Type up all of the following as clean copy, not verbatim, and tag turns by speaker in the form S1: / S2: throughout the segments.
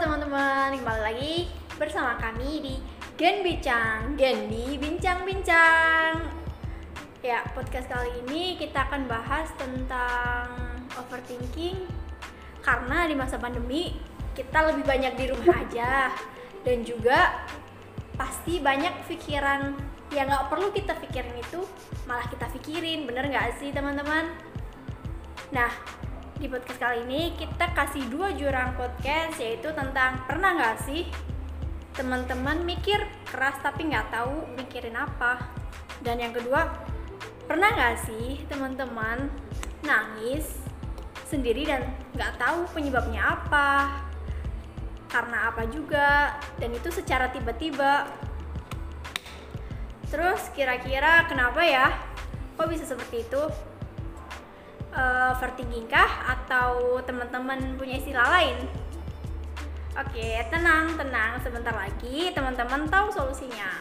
S1: teman-teman, kembali lagi bersama kami di Gen Bincang. Ya, podcast kali ini kita akan bahas tentang overthinking. Karena di masa pandemi kita lebih banyak di rumah aja, dan juga pasti banyak pikiran yang gak perlu kita pikirin itu malah kita pikirin, bener gak sih teman-teman? Nah, di podcast kali ini kita kasih 2 jurang podcast, yaitu tentang pernah gak sih teman-teman mikir keras tapi gak tahu mikirin apa. Dan yang kedua, pernah gak sih teman-teman nangis sendiri dan gak tahu penyebabnya apa, karena apa juga, dan itu secara tiba-tiba. Terus kira-kira kenapa ya? Kok bisa seperti itu? Overthinking kah atau teman-teman punya istilah lain? Oke, tenang, sebentar lagi teman-teman tahu solusinya.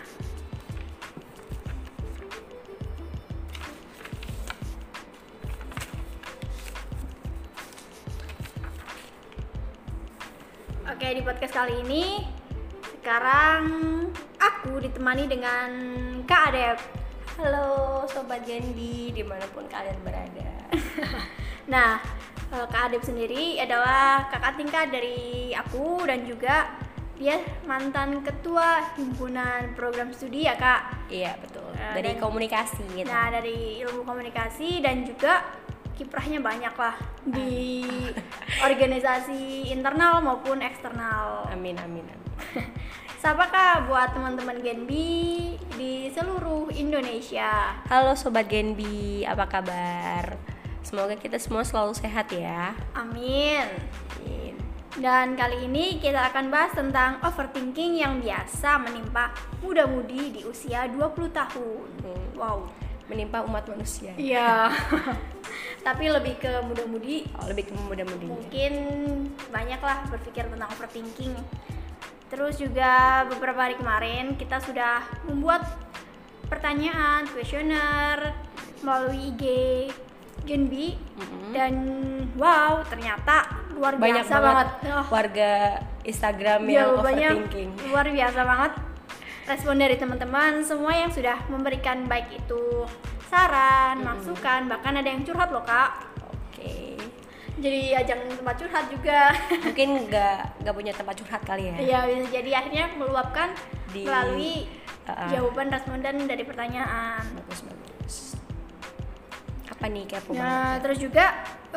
S1: Oke, di podcast kali ini sekarang aku ditemani dengan Kak Adep.
S2: Halo Sobat Gendi, dimanapun kalian berada.
S1: Nah, Kak Adep sendiri adalah kakak tingkat dari aku, dan juga dia mantan ketua himpunan program studi ya Kak?
S2: Iya betul, dari komunikasi gitu.
S1: Nah, dari ilmu komunikasi, dan juga kiprahnya banyak lah di organisasi internal maupun eksternal.
S2: Amin.
S1: Siapa Kak buat teman-teman Genbi di seluruh Indonesia?
S2: Halo Sobat Genbi, apa kabar? Semoga kita semua selalu sehat ya.
S1: Amin. Dan kali ini kita akan bahas tentang overthinking yang biasa menimpa muda-mudi di usia 20 tahun. Wow,
S2: menimpa umat manusia.
S1: Iya. Tapi lebih ke muda-mudi.
S2: Lebih ke muda-mudi.
S1: Mungkin banyaklah berpikir tentang overthinking. Terus juga beberapa hari kemarin kita sudah membuat pertanyaan, kuesioner melalui IG Genbi, dan wow, ternyata luar
S2: banyak
S1: biasa banget.
S2: Warga Instagram yang overthinking.
S1: Luar biasa banget respon dari teman-teman semua yang sudah memberikan baik itu saran, masukan, bahkan ada yang curhat loh Kak.
S2: Oke.
S1: Jadi ajang tempat curhat juga.
S2: Mungkin nggak punya tempat curhat kali ya?
S1: Iya, bisa jadi akhirnya meluapkan melalui jawaban responden dari pertanyaan.
S2: Bagus. Apa nih kepo banget?
S1: Nah, terus juga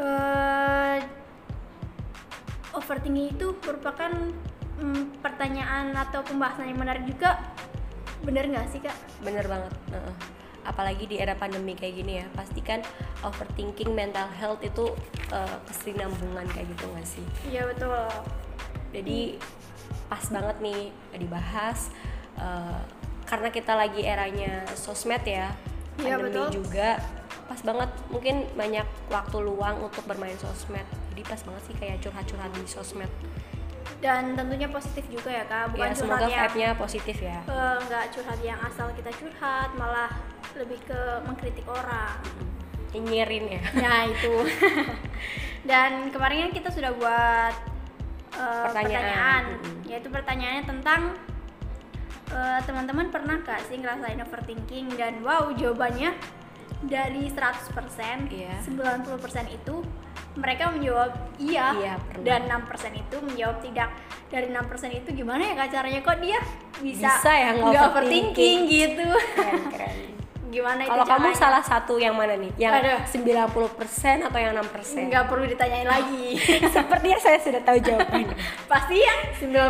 S1: overthinking itu merupakan pertanyaan atau pembahasan yang menarik juga. Bener nggak sih Kak?
S2: Bener banget. Apalagi di era pandemi kayak gini ya, pastikan overthinking, mental health itu kesinambungan kayak gitu nggak sih?
S1: Iya betul.
S2: Jadi pas banget nih dibahas karena kita lagi eranya sosmed ya, pandemi juga pas banget, mungkin banyak waktu luang untuk bermain sosmed, jadi pas banget sih kayak curhat-curhat di sosmed.
S1: Dan tentunya positif juga ya Kak, bukan
S2: ya,
S1: curhat
S2: semoga
S1: yang
S2: vibe-nya positif ya.
S1: Nggak curhat yang asal kita curhat, malah lebih ke mengkritik orang,
S2: nyinyirin ya.
S1: Nah itu. Dan kemarin kita sudah buat pertanyaan. Yaitu pertanyaannya tentang teman-teman pernah gak sih ngerasain overthinking, dan wow, jawabannya dari 100%, 90% itu mereka menjawab iya dan 6% itu menjawab tidak. Dari 6% itu gimana ya Kak caranya kok dia bisa
S2: ya
S1: nggak overthinking gitu.
S2: Keren.
S1: Gimana itu
S2: kalau kamu
S1: caranya?
S2: Salah satu yang mana nih? Yang 90% atau yang 6%?
S1: Nggak perlu ditanyain lagi.
S2: Sepertinya saya sudah tahu jawabannya.
S1: Pasti yang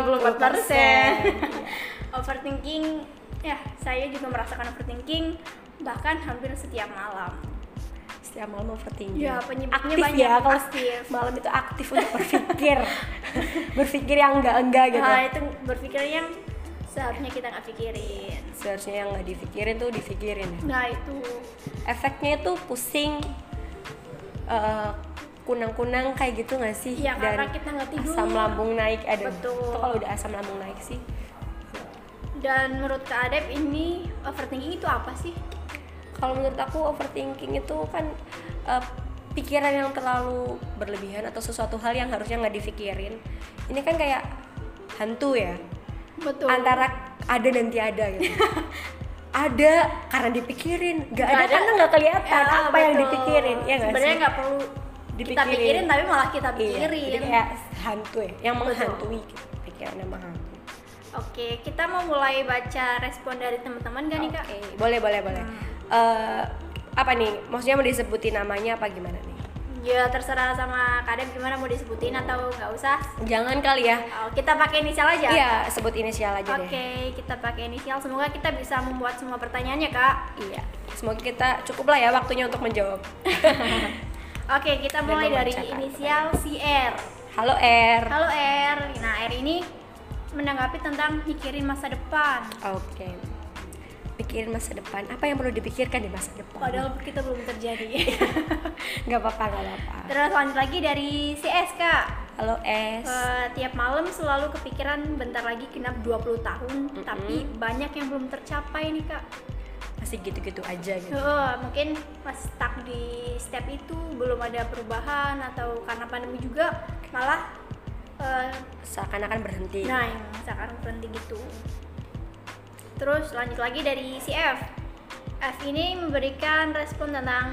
S1: 94%. Overthinking, ya saya juga merasakan overthinking bahkan hampir setiap malam.
S2: Setiap malam overthinking.
S1: Ya, penyebabnya
S2: aktif
S1: banyak.
S2: Ya, kalau
S1: aktif.
S2: Malam itu aktif untuk berpikir yang enggak gitu.
S1: Nah, itu berpikir yang seharusnya kita nggak pikirin.
S2: Seharusnya yang nggak dipikirin tuh dipikirin.
S1: Nah itu.
S2: Efeknya itu pusing, kunang-kunang kayak gitu nggak sih?
S1: Iya, karena kita nggak tidur.
S2: Asam lambung naik,
S1: Betul.
S2: Itu kalau udah asam lambung naik sih.
S1: Dan menurut Kak Adep ini overthinking itu apa sih?
S2: Kalau menurut aku overthinking itu kan pikiran yang terlalu berlebihan atau sesuatu hal yang harusnya nggak dipikirin. Ini kan kayak hantu ya.
S1: Betul.
S2: Antara ada dan tiada gitu. Ada karena dipikirin, nggak ada
S1: ada
S2: karena nggak kelihatan
S1: ya,
S2: apa yang
S1: betul.
S2: dipikirin, ya nggak
S1: Sebenarnya
S2: sih?
S1: nggak perlu kita pikirin tapi malah kita
S2: Iya,
S1: pikirin.
S2: jadi kayak hantu ya, yang
S1: Betul.
S2: menghantui gitu, pikiran yang menghantui.
S1: Oke, kita mau mulai baca respon dari teman-teman gak nih Kak?
S2: Oke, boleh. Apa nih? Maksudnya mau disebutin namanya apa gimana nih?
S1: Ya terserah sama Kak Dep gimana, mau disebutin atau nggak usah?
S2: Jangan kali ya.
S1: Oh, kita pakai inisial aja?
S2: Iya, sebut inisial aja deh.
S1: Oke, kita pakai inisial. Semoga kita bisa membuat semua pertanyaannya Kak.
S2: Iya. Semoga kita cukup lah ya waktunya untuk menjawab.
S1: Oke, kita mulai dari
S2: membacakan
S1: inisial si R.
S2: Halo R.
S1: Halo R. Nah, R ini menanggapi tentang mikirin masa depan.
S2: Oke. Pikirin masa depan. Apa yang perlu dipikirkan di masa depan?
S1: Padahal kita belum terjadi.
S2: Nggak apa-apa.
S1: Terus lanjut lagi dari si S Kak.
S2: Halo S.
S1: Tiap malam selalu kepikiran bentar lagi genap 20 tahun, tapi banyak yang belum tercapai nih Kak.
S2: Masih gitu-gitu aja gitu.
S1: Mungkin pas stuck di step itu belum ada perubahan, atau karena pandemi juga malah
S2: seakan-akan berhenti.
S1: nah yang sekarang berhenti gitu. Terus lanjut lagi dari si F. F ini memberikan respon tentang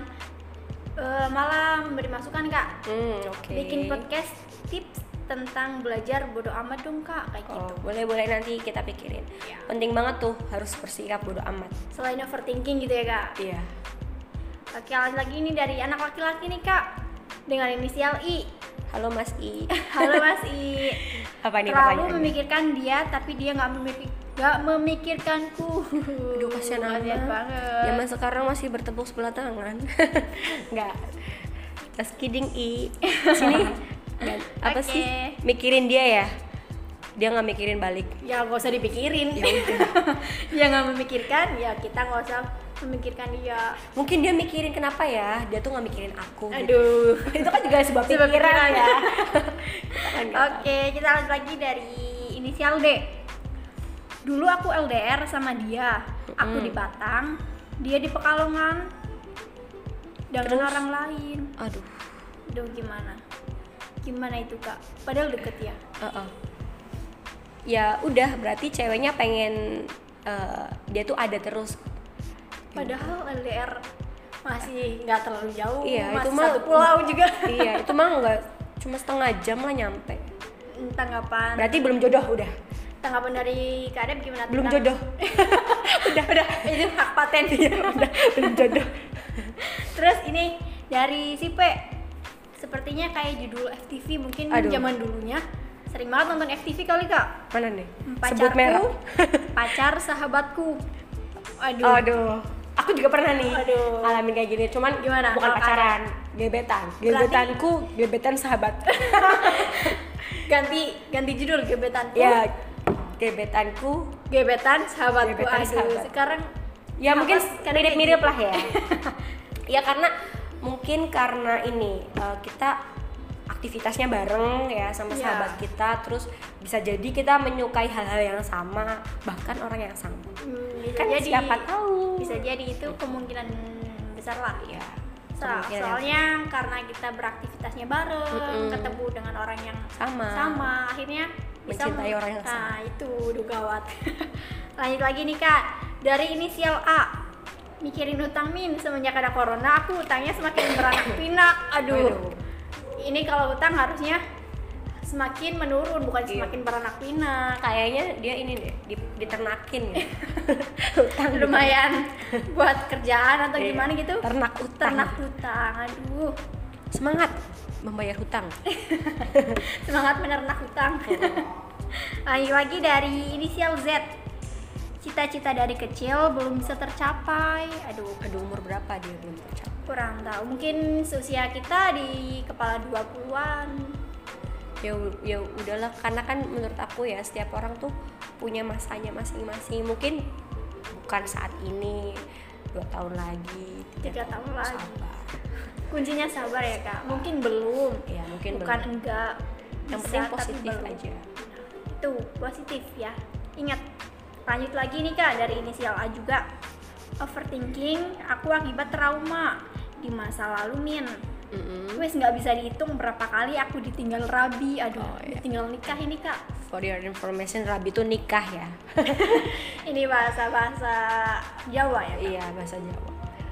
S1: malah memberi masukan Kak.
S2: Oke.
S1: Bikin podcast tips tentang belajar bodo amat dong Kak, kayak gitu.
S2: Boleh nanti kita pikirin.
S1: Iya.
S2: Penting banget tuh harus bersikap bodo amat.
S1: Selain overthinking gitu ya Kak.
S2: Iya.
S1: Oke, lanjut lagi ini dari anak laki-laki nih Kak, dengan inisial I.
S2: Halo Mas I.
S1: Halo Mas I.
S2: Apa nih
S1: Terlalu
S2: pertanyaannya?
S1: memikirkan dia, tapi dia nggak memikirkanku.
S2: Aduh, kasihan
S1: banget.
S2: Zaman sekarang masih bertepuk sebelah tangan. Nggak. Just kidding I. Sini. Dan, apa
S1: Oke.
S2: sih? Mikirin dia ya? Dia nggak mikirin balik.
S1: Ya nggak usah dipikirin.
S2: Ya udah.
S1: Dia nggak memikirkan, ya kita nggak usah memikirkan dia.
S2: Mungkin dia mikirin kenapa ya? Dia tuh nggak mikirin aku. Gitu.
S1: Aduh.
S2: Itu kan juga sebuah
S1: Sebuah
S2: pikiran
S1: pikiran.
S2: ya. Kita kan nggak tahu.
S1: Oke, kita lanjut lagi dari inisial D. Dulu aku LDR sama dia. Aku di Batang, dia di Pekalongan dengan
S2: Terus?
S1: orang lain.
S2: Aduh.
S1: Aduh, gimana itu Kak? Padahal deket ya.
S2: Ya udah, berarti ceweknya pengen dia tuh ada terus.
S1: Padahal LDR masih nggak terlalu jauh,
S2: Iya,
S1: masih
S2: itu mah
S1: satu pulau juga.
S2: Iya, itu mah nggak cuma setengah jam lah nyampe.
S1: Tanggapan
S2: Berarti belum jodoh udah.
S1: tanggapan dari Kak Adep gimana?
S2: Belum
S1: tentang-
S2: jodoh. udah.
S1: Itu hak paten.
S2: Udah, belum jodoh.
S1: Terus ini dari si P, sepertinya kayak judul FTV mungkin
S2: Aduh.
S1: zaman dulunya sering banget nonton FTV kali Kak.
S2: Mana nih? Sebut merek.
S1: Pacarku, pacar sahabatku.
S2: Aduh. Aku juga pernah nih
S1: Aduh.
S2: alamin kayak gini, cuman
S1: Gimana?
S2: bukan
S1: Kalau
S2: pacaran, gebetan. Gebetanku, gebetan sahabat.
S1: Ganti judul gebetanku.
S2: Ya, gebetanku.
S1: Gebetan sahabatku.
S2: Gebetan
S1: Aduh,
S2: sahabat.
S1: sekarang
S2: Ya
S1: apa
S2: mungkin
S1: karena kayak
S2: mirip-mirip
S1: gitu?
S2: lah ya. Ya karena mungkin karena ini kita aktivitasnya bareng ya sama
S1: Iya.
S2: sahabat kita, terus bisa jadi kita menyukai hal-hal yang sama, bahkan orang yang sama.
S1: Bisa
S2: Kan
S1: jadi,
S2: siapa tahu.
S1: bisa jadi itu kemungkinan besar lah.
S2: Ya. kemungkinan yang
S1: Soalnya karena kita beraktivitasnya bareng, ketemu dengan orang yang
S2: sama.
S1: akhirnya bisa
S2: Mencintai orang yang sama.
S1: Nah, itu udah gawat. Lanjut lagi nih Kak, dari inisial A. Mikirin utang Min, semenjak ada corona aku utangnya semakin beranak pinak. Aduh. Ini kalau utang harusnya semakin menurun, bukan
S2: Iya.
S1: semakin beranak pinak.
S2: Kayaknya dia ini deh diternakin ya. Utang
S1: Lumayan buat kerjaan atau
S2: Iya.
S1: gimana gitu.
S2: Ternak utang.
S1: Ternak utang. Aduh.
S2: Semangat membayar hutang.
S1: Semangat menernak hutang. Lanjut lagi dari inisial Z. Cita-cita dari kecil belum bisa tercapai. Aduh,
S2: Umur berapa dia belum tercapai?
S1: kurang tahu. Mungkin seusia kita di kepala 20-an.
S2: Ya udahlah, karena kan menurut aku ya setiap orang tuh punya masanya masing-masing. Mungkin bukan saat ini, 2 tahun lagi,
S1: 3 tahun lagi.
S2: sabar.
S1: Kuncinya sabar ya Kak. Mungkin belum.
S2: Ya mungkin
S1: Bukan
S2: belum.
S1: enggak.
S2: Yang
S1: Bisa,
S2: penting
S1: tapi
S2: positif
S1: belum.
S2: aja.
S1: Itu positif ya. Ingat. Lanjut lagi nih Kak, dari inisial A juga. Overthinking aku akibat trauma di masa lalu Min. Wes nggak bisa dihitung berapa kali aku ditinggal rabi,
S2: iya.
S1: ditinggal nikah ini Kak.
S2: For your information, rabi itu nikah ya.
S1: Ini bahasa Jawa ya Kak?
S2: Iya, bahasa Jawa.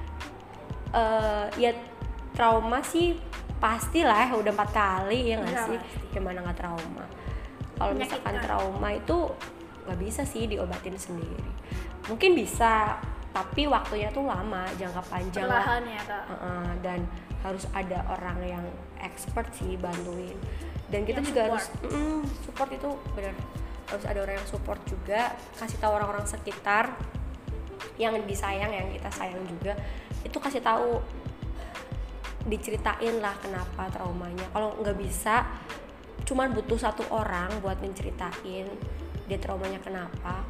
S2: Ya trauma sih pastilah, udah 4 kali ya nggak
S1: Iya,
S2: sih?
S1: pasti.
S2: Gimana nggak trauma? Kalau misalkan
S1: Menyakitkan.
S2: trauma itu nggak bisa sih diobatin sendiri. Mungkin bisa, tapi waktunya tuh lama, jangka panjang lah.
S1: Perlahan ya Kak.
S2: Dan harus ada orang yang expert sih bantuin. Dan kita
S1: Yang
S2: juga
S1: support.
S2: harus support itu benar, harus ada orang yang support juga, kasih tahu orang-orang sekitar yang disayang, yang kita sayang juga, itu kasih tahu, diceritain lah kenapa traumanya. Kalau nggak bisa, cuman butuh 1 orang buat menceritain dia traumanya kenapa,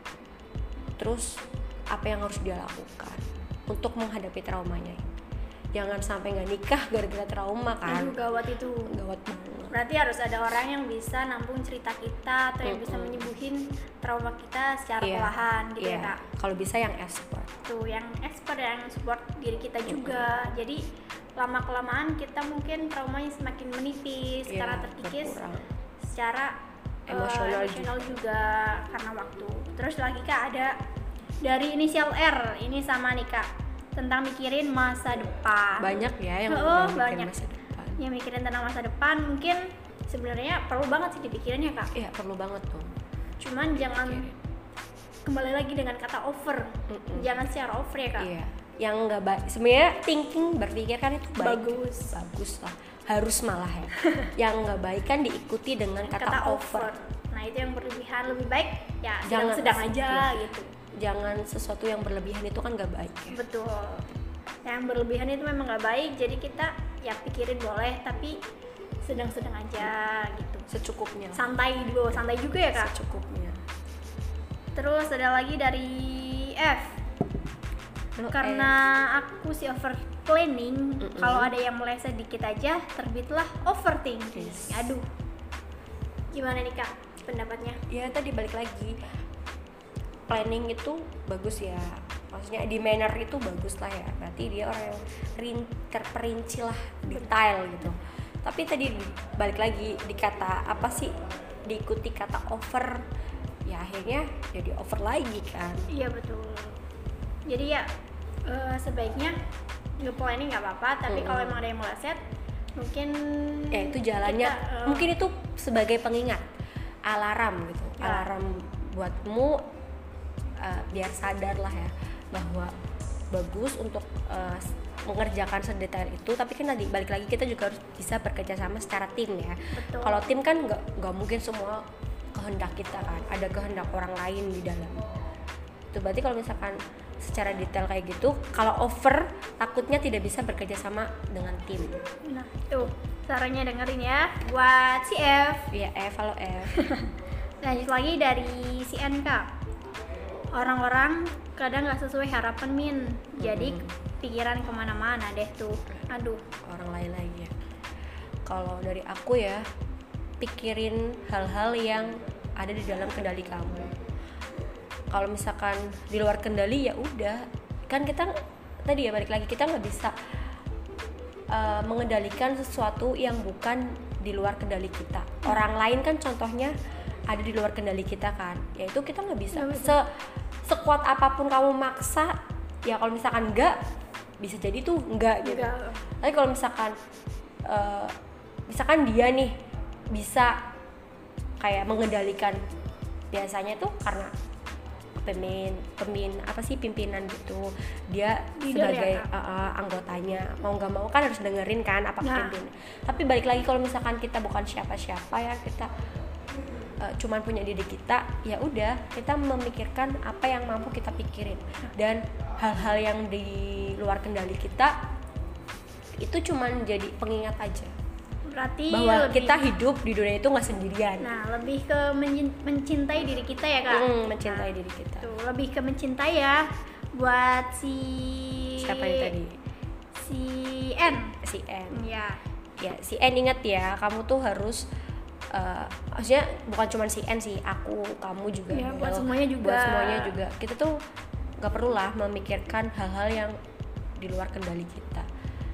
S2: terus apa yang harus dia lakukan untuk menghadapi traumanya. Jangan sampai nggak nikah gara-gara trauma kan.
S1: Aduh gawat itu.
S2: Gawat banget.
S1: Berarti harus ada orang yang bisa nampung cerita kita atau yang bisa menyembuhin trauma kita secara perlahan gitu ya Kak.
S2: Kalau bisa yang expert.
S1: Tuh yang expert, yang support diri kita juga. Jadi lama kelamaan kita mungkin traumanya semakin menipis karena terkikis
S2: berkurang.
S1: secara
S2: Emosional
S1: juga karena waktu. Terus lagi Kak ada dari inisial R, ini sama nih Kak, tentang mikirin masa depan.
S2: Banyak ya yang mikir
S1: banyak.
S2: masa depan.
S1: Yang mikirin tentang masa depan mungkin sebenarnya perlu banget sih dipikirin ya Kak.
S2: Iya, perlu banget tuh.
S1: Cuman jangan
S2: Pikirin.
S1: kembali lagi dengan kata over. Jangan secara over ya Kak.
S2: Iya, yang nggak baik. Sebenarnya thinking, berpikir kan itu baik.
S1: Bagus
S2: lah. Harus malah ya. Yang nggak baik kan diikuti dengan kata over.
S1: Nah itu yang berlebihan, lebih baik ya
S2: Jangan-
S1: sedang aja
S2: iya.
S1: gitu.
S2: Jangan sesuatu yang berlebihan itu kan nggak baik ya.
S1: Betul. Yang berlebihan itu memang nggak baik. Jadi kita ya pikirin boleh, tapi sedang-sedang aja gitu.
S2: Secukupnya.
S1: Santai dulu, santai juga ya Kak.
S2: Secukupnya.
S1: Terus ada lagi dari F.
S2: Lo,
S1: Karena aku si over planning, kalau ada yang meleset dikit aja terbitlah overthinking.
S2: Yes.
S1: Aduh. Gimana nih Kak pendapatnya?
S2: ya tadi balik lagi, planning itu bagus ya, maksudnya di manner itu bagus lah ya, berarti dia orang yang terperinci lah, detail gitu. Tapi tadi balik lagi di kata apa sih, diikuti kata over, ya akhirnya jadi over lagi kan.
S1: Iya betul. Jadi ya sebaiknya nge-planning nggak apa-apa, tapi kalau emang ada yang meleset mungkin
S2: Ya itu jalannya
S1: kita,
S2: mungkin itu sebagai pengingat, alarm gitu,
S1: Ya.
S2: alarm buatmu biar sadar lah ya bahwa bagus untuk mengerjakan sedetail itu. Tapi kan tadi balik lagi kita juga harus bisa bekerja sama secara tim ya.
S1: Betul.
S2: Kalau tim kan nggak mungkin semua kehendak kita kan, ada kehendak orang lain di dalam itu. Berarti kalau misalkan secara detail kayak gitu, kalau over takutnya tidak bisa bekerja sama dengan tim.
S1: Nah tuh caranya dengerin ya buat si F.
S2: Ya F, halo F.
S1: Lanjut lagi dari si NK. Orang-orang kadang nggak sesuai harapan Min, jadi pikiran kemana-mana deh tuh. Aduh.
S2: Orang lain lagi ya. Kalau dari aku ya, pikirin hal-hal yang ada di dalam kendali kamu. Kalau misalkan di luar kendali ya udah, kan kita tadi ya balik lagi, kita nggak bisa mengendalikan sesuatu yang bukan di luar kendali kita. Orang lain kan contohnya ada di luar kendali kita kan, yaitu kita nggak bisa. Sekuat apapun kamu maksa, ya kalau misalkan enggak, bisa jadi tuh enggak gitu. Tapi kalau misalkan dia nih bisa kayak mengendalikan, biasanya tuh karena pimpinan gitu, dia
S1: Leader
S2: sebagai
S1: ya,
S2: anggotanya, mau nggak mau kan harus dengerin kan apa pimpinan. Tapi balik lagi, kalau misalkan kita bukan siapa-siapa ya, kita cuman punya diri kita, ya udah kita memikirkan apa yang mampu kita pikirin, dan hal-hal yang di luar kendali kita itu cuman jadi pengingat aja.
S1: Berarti
S2: Bahwa kita hidup di dunia itu nggak sendirian.
S1: Nah, lebih ke mencintai diri kita ya Kak.
S2: Mencintai diri kita.
S1: Tuh, lebih ke mencintai ya. Buat si
S2: Siapa yang tadi?
S1: Si N.
S2: Si N.
S1: Ya.
S2: Ya, si N, ingat ya, kamu tuh harus maksudnya bukan cuma si N sih, aku, kamu juga.
S1: Ya, buat semuanya juga.
S2: Buat semuanya juga. Kita tuh nggak perlu lah memikirkan hal-hal yang di luar kendali kita.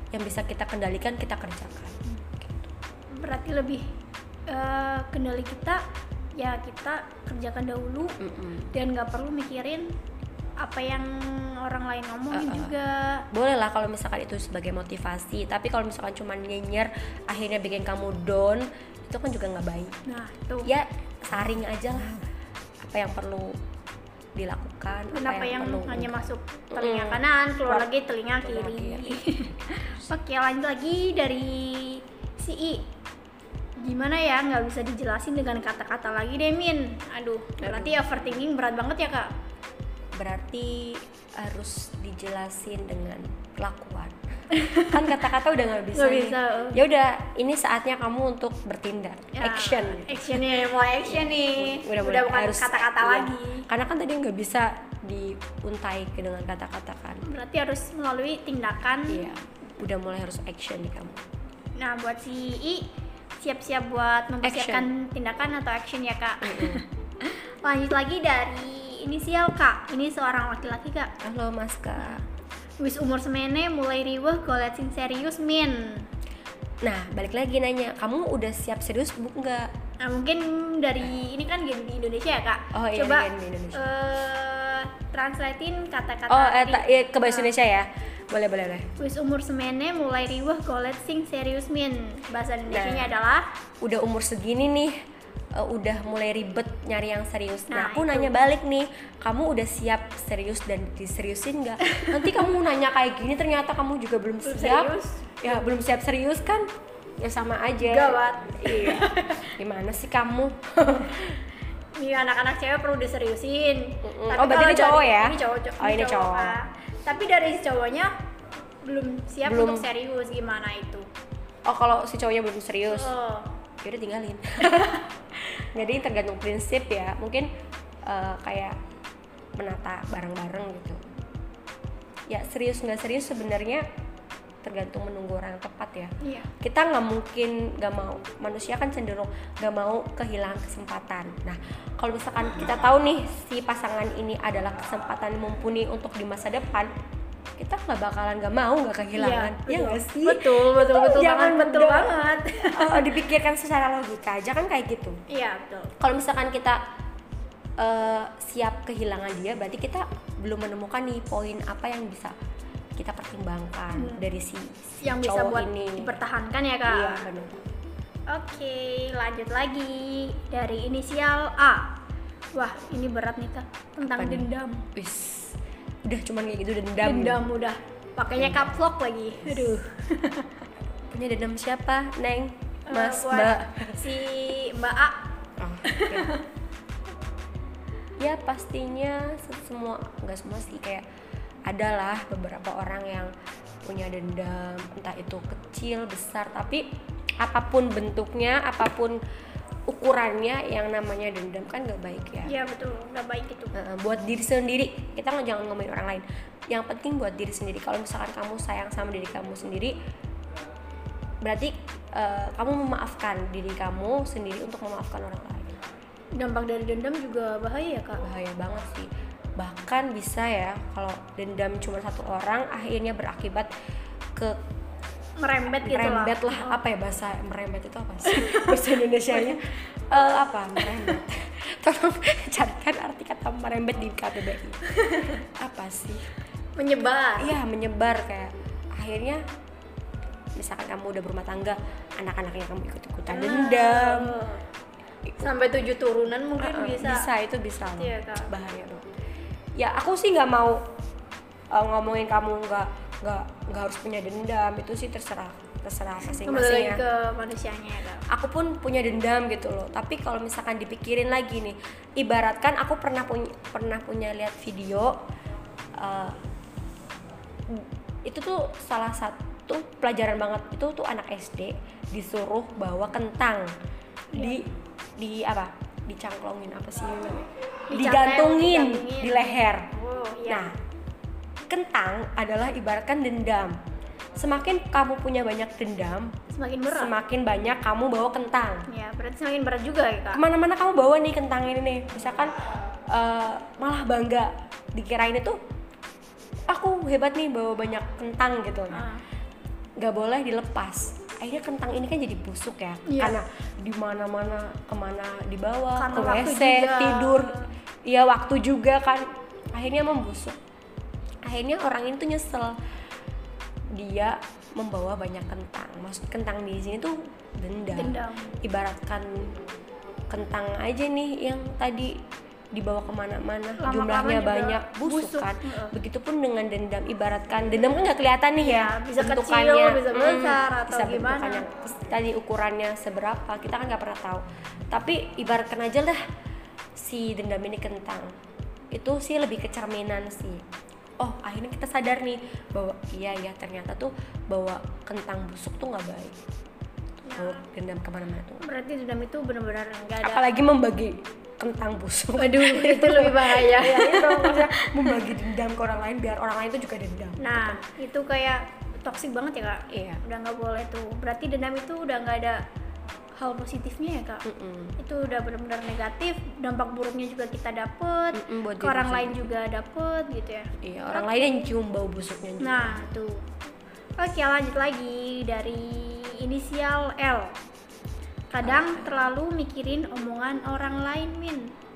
S2: yang bisa kita kendalikan kita kerjakan.
S1: Berarti lebih kendali kita ya kita kerjakan dahulu dan nggak perlu mikirin apa yang orang lain ngomongin juga.
S2: Boleh lah kalau misalkan itu sebagai motivasi, tapi kalau misalkan cuma nyenyer akhirnya bikin kamu down, itu kan juga nggak baik.
S1: Nah tuh
S2: Ya saring aja lah apa yang perlu dilakukan,
S1: kenapa
S2: apa
S1: yang
S2: perlu
S1: hanya masuk telinga kanan keluar lagi telinga kiri. Oke, lanjut lagi dari si I. Gimana ya, nggak bisa dijelasin dengan kata-kata lagi deh Min. Aduh, berarti overthinking berat banget ya Kak.
S2: Berarti harus dijelasin dengan kelakuan. Kan kata-kata udah nggak bisa.
S1: Nggak
S2: nih.
S1: bisa.
S2: Ya udah, ini saatnya kamu untuk bertindak,
S1: Ya,
S2: action.
S1: Actionnya mulai action nih. Udah bukan
S2: harus
S1: kata-kata
S2: iya.
S1: lagi.
S2: Karena kan tadi nggak bisa diuntai dengan kata-kata kan.
S1: Berarti harus melalui tindakan.
S2: Iya, udah mulai harus action nih kamu.
S1: Nah, buat si I siap-siap buat mempersiapkan tindakan atau action ya Kak. Lanjut lagi dari inisial K. Ini seorang laki-laki Kak.
S2: Halo Mas Kak.
S1: Wis umur semene mulai riweh golek sing serius Min.
S2: Nah, balik lagi nanya, kamu udah siap serius bu nggak?
S1: Nah, mungkin dari ini kan game di Indonesia ya Kak.
S2: Oh iya,
S1: Coba
S2: game di Indonesia.
S1: translatein kata-kata
S2: Ke bahasa Indonesia ya. Boleh.
S1: Wis umur semene mulai riweh golek sing serius Min. Bahasa Indonesianya adalah
S2: Udah umur segini nih, udah mulai ribet nyari yang serius.
S1: Nah,
S2: aku
S1: itu.
S2: nanya balik nih, kamu udah siap serius dan diseriusin nggak? Nanti kamu nanya kayak gini ternyata kamu juga belum siap.
S1: serius.
S2: Ya belum siap serius kan? Ya sama aja.
S1: Gawat.
S2: Iya. Gimana sih kamu?
S1: Nih anak-anak cewek perlu diseriusin.
S2: Oh, berarti ini cowok ya?
S1: Ini cowok.
S2: Oh, ini cowok.
S1: Kak. Tapi dari si cowoknya belum siap
S2: Belum.
S1: untuk serius, gimana itu?
S2: Oh, kalau si cowoknya belum serius,
S1: Oh,
S2: ya udah tinggalin. Jadi tergantung prinsip ya. Mungkin kayak menata bareng-bareng gitu. Ya serius nggak serius sebenarnya tergantung menunggu orang yang tepat ya.
S1: iya.
S2: Kita nggak mau, manusia kan cenderung nggak mau kehilangan kesempatan. Nah, kalau misalkan kita tahu nih si pasangan ini adalah kesempatan mumpuni untuk di masa depan, kita nggak mau nggak kehilangan.
S1: Iya,
S2: Ya nggak sih?
S1: Betul
S2: Jangan
S1: banget, betul banget.
S2: Dipikirkan secara logika aja kan kayak gitu.
S1: Iya, betul.
S2: Kalau misalkan kita siap kehilangan dia, berarti kita belum menemukan nih poin apa yang bisa kita pertimbangkan dari si
S1: Yang bisa
S2: cowok
S1: buat
S2: ini.
S1: dipertahankan ya Kak.
S2: Iya benar.
S1: Oke, lanjut lagi dari inisial A. Wah, ini berat nih Kak, tentang
S2: Apa nih?
S1: dendam.
S2: Wis, udah cuman kayak gitu dendam.
S1: Dendam udah. Pakainya caps lock lagi. Aduh.
S2: Punya dendam siapa, Neng? Mas,
S1: Buat
S2: Mbak.
S1: Si Mbak A.
S2: Oh, ya. Ya pastinya semua, nggak semua sih, kayak adalah beberapa orang yang punya dendam, entah itu kecil besar, tapi apapun bentuknya, apapun ukurannya, yang namanya dendam kan nggak baik ya.
S1: Iya betul, nggak baik itu.
S2: Buat diri sendiri, kita jangan ngomongin orang lain, yang penting buat diri sendiri. Kalau misalkan kamu sayang sama diri kamu sendiri, berarti kamu memaafkan diri kamu sendiri untuk memaafkan orang lain.
S1: Dampak dari dendam juga bahaya ya Kak.
S2: Bahaya banget sih, bahkan bisa ya kalau dendam cuma satu orang akhirnya berakibat ke
S1: Merembet gitu
S2: merembet lah. Apa ya bahasa merembet itu apa sih bahasa Indonesianya? Apa merembet? Tolong carikan arti kata merembet di KBBI. Apa sih?
S1: Menyebar.
S2: Iya, menyebar, kayak akhirnya misalkan kamu udah berumah tangga, anak-anaknya kamu ikut-ikutan dendam.
S1: Sampai 7 turunan mungkin bisa.
S2: Itu bisa loh.
S1: Iya, Kak.
S2: Bahaya loh. Ya aku sih nggak mau ngomongin kamu nggak harus punya dendam, itu sih terserah masing-masing
S1: Kembali lagi
S2: ya.
S1: ke manusianya ya Kak.
S2: Aku pun punya dendam gitu loh, tapi kalau misalkan dipikirin lagi nih, ibaratkan aku pernah punya lihat video, itu tuh salah satu pelajaran banget. Itu tuh anak SD disuruh bawa kentang di apa, dicangklongin apa sih namanya, digantungin di leher.
S1: Oh, iya.
S2: Nah, kentang adalah ibaratkan dendam. Semakin kamu punya banyak dendam,
S1: Semakin berat.
S2: semakin banyak kamu bawa kentang.
S1: Ya, berarti semakin berat juga ya Kak.
S2: Kemana-mana kamu bawa nih kentang ini nih. Misalkan malah bangga, dikirain itu aku hebat nih bawa banyak kentang gitu. nggak boleh dilepas. Akhirnya kentang ini kan jadi busuk ya, karena di mana-mana kemana dibawa,
S1: karena
S2: ke WC,
S1: juga.
S2: tidur, ya waktu juga kan, akhirnya membusuk. Akhirnya orang ini tuh nyesel, dia membawa banyak kentang. Maksud kentang di sini tuh dendam. Ibaratkan kentang aja nih yang tadi dibawa kemana-mana, jumlahnya banyak, busuk kan. Begitupun dengan dendam, ibaratkan dendam kan nggak kelihatan nih ya,
S1: bisa
S2: bentukannya,
S1: kecil, bisa besar atau
S2: bisa
S1: gimana.
S2: bentukannya, tadi ukurannya seberapa kita kan nggak pernah tahu. Tapi ibaratkan aja lah si dendam ini kentang, itu sih lebih kecerminan sih. Oh, akhirnya kita sadar nih bahwa iya ternyata tuh bahwa kentang busuk tuh nggak baik. Kalau dendam kemana-mana tuh.
S1: Berarti dendam itu benar-benar nggak ada.
S2: Apalagi membagi kentang busuk.
S1: Aduh, itu lebih bahaya.
S2: Ya itu maksudnya membagi dendam ke orang lain biar orang lain tuh juga dendam.
S1: Nah, itu kayak toksik banget ya kak.
S2: Iya.
S1: Udah nggak boleh tuh. Berarti dendam itu udah nggak ada hal positifnya ya kak. Itu udah benar-benar negatif. Dampak buruknya juga kita dapet. Ke orang lain juga dapet gitu ya.
S2: Iya, orang lain yang cium bau busuknya juga.
S1: Nah tuh. Oke, lanjut lagi dari inisial L. Kadang terlalu mikirin omongan orang lain, Min.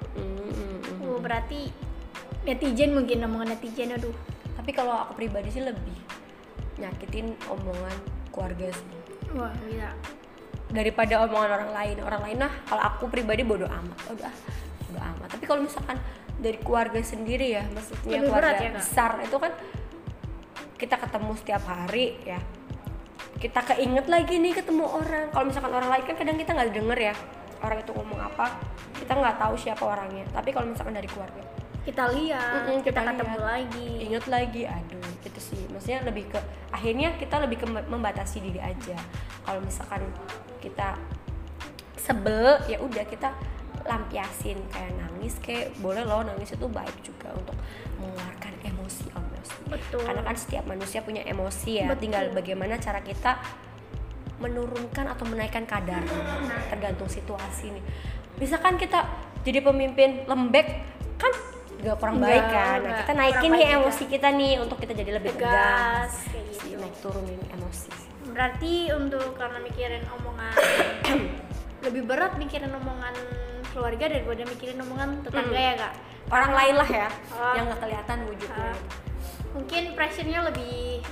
S1: Berarti netizen mungkin, omongan netizen, aduh.
S2: Tapi kalau aku pribadi sih lebih nyakitin omongan keluarga sih.
S1: Wah, bisa.
S2: Daripada omongan orang lain lah, kalau aku pribadi bodo amat. Bodo amat. Tapi kalau misalkan dari keluarga sendiri ya, maksudnya
S1: lebih
S2: keluarga
S1: berat ya, Kak?
S2: besar itu kan kita ketemu setiap hari ya. Kita keinget lagi nih ketemu orang. Kalau misalkan orang lain kan kadang kita nggak denger ya orang itu ngomong apa, kita nggak tahu siapa orangnya. Tapi kalau misalkan dari keluarga
S1: Kita lihat, kita ketemu
S2: lihat,
S1: lagi.
S2: inget lagi, aduh itu sih. Maksudnya lebih ke akhirnya kita lebih ke membatasi diri aja. Kalau misalkan kita sebel ya udah kita lampiasin, kayak nangis, kayak boleh loh nangis, itu baik juga untuk mengeluarkan emosi.
S1: Betul.
S2: Karena kan setiap manusia punya emosi ya.
S1: Betul.
S2: Tinggal bagaimana cara kita menurunkan atau menaikkan kadar, tergantung situasi nih. Misalkan kita jadi pemimpin lembek kan gak kurang baik kan. Nah, kita naikin nih emosi kita nih untuk kita jadi lebih tegas,
S1: kayak gitu.
S2: naik turunin emosi.
S1: Berarti untuk karena mikirin omongan lebih berat mikirin omongan keluarga daripada mikirin omongan tetangga ya kak.
S2: Orang lain lah ya, yang nggak kelihatan wujudnya.
S1: Mungkin pressure-nya lebih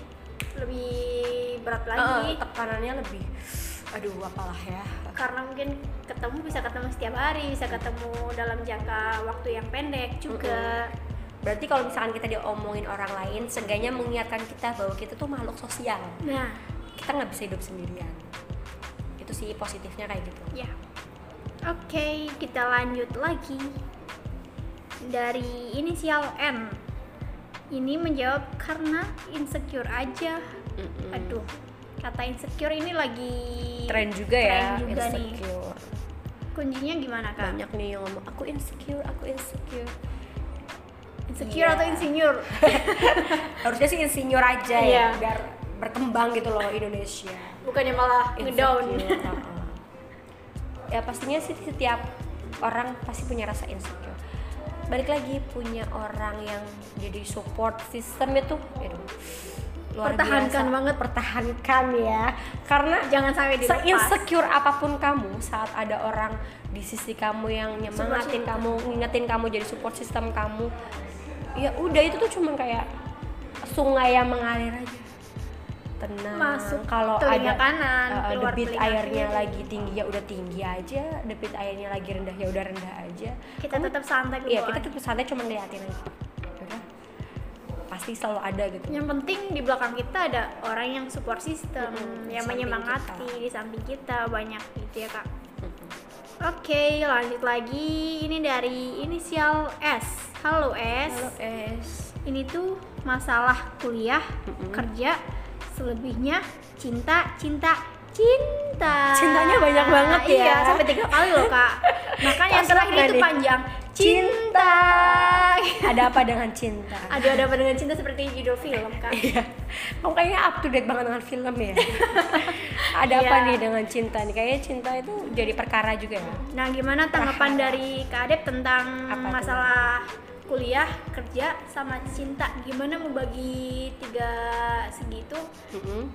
S1: berat lagi.
S2: Tekanannya lebih, aduh apalah ya.
S1: Karena mungkin bisa ketemu setiap hari, bisa ketemu dalam jangka waktu yang pendek juga.
S2: Berarti kalau misalkan kita diomongin orang lain, seenggaknya mengingatkan kita bahwa kita tuh makhluk sosial.
S1: Nah,
S2: kita nggak bisa hidup sendirian. Itu sih positifnya kayak gitu.
S1: ya. Oke, kita lanjut lagi. Dari inisial N. Ini menjawab karena insecure aja. Aduh, kata insecure ini lagi
S2: tren juga ya,
S1: juga
S2: insecure.
S1: Nih. Kuncinya gimana kak?
S2: Banyak nih yang ngomong aku insecure.
S1: Insecure atau insinyur?
S2: Harusnya sih insinyur aja ya, biar berkembang gitu loh Indonesia.
S1: Bukannya malah ngedown.
S2: Ya pastinya sih setiap orang pasti punya rasa insecure. Balik lagi punya orang yang jadi support system itu, luar
S1: pertahankan
S2: biasa.
S1: Banget,
S2: pertahankan ya. Karena
S1: jangan sampai dilepas.
S2: Se-insecure apapun kamu, saat ada orang di sisi kamu yang nyemangatin kamu, ngingetin kamu, jadi support system kamu, ya udah itu tuh cuma kayak sungai yang mengalir aja. Tenang.
S1: Masuk
S2: kalau
S1: telinga
S2: ada
S1: kanan,
S2: debit airnya lagi tinggi ya udah tinggi aja, debit airnya lagi rendah ya udah rendah aja.
S1: Kita tetap santai.
S2: Iya, kita tetap santai, cuma ngeliatin aja. Udah. Pasti selalu ada gitu.
S1: Yang penting di belakang kita ada orang yang support system, yang menyemangati di samping kita banyak gitu ya kak. Oke, lanjut lagi. Ini dari inisial S. Halo S.
S2: Halo S.
S1: Ini tuh masalah kuliah, kerja, selebihnya cinta.
S2: Cintanya banyak banget ya.
S1: Iya, sampai 3 kali loh kak. Bahkan yang terakhir itu panjang. Cinta.
S2: Ada apa dengan cinta?
S1: Ada apa dengan cinta seperti judul film kak.
S2: Iya. Kamu kayaknya up to date banget dengan film ya. Ada apa nih dengan cinta nih? Kayaknya cinta itu jadi perkara juga ya.
S1: Nah, gimana tanggapan dari Kak Adep tentang masalah kuliah, kerja, sama cinta? Gimana membagi 3 segi itu?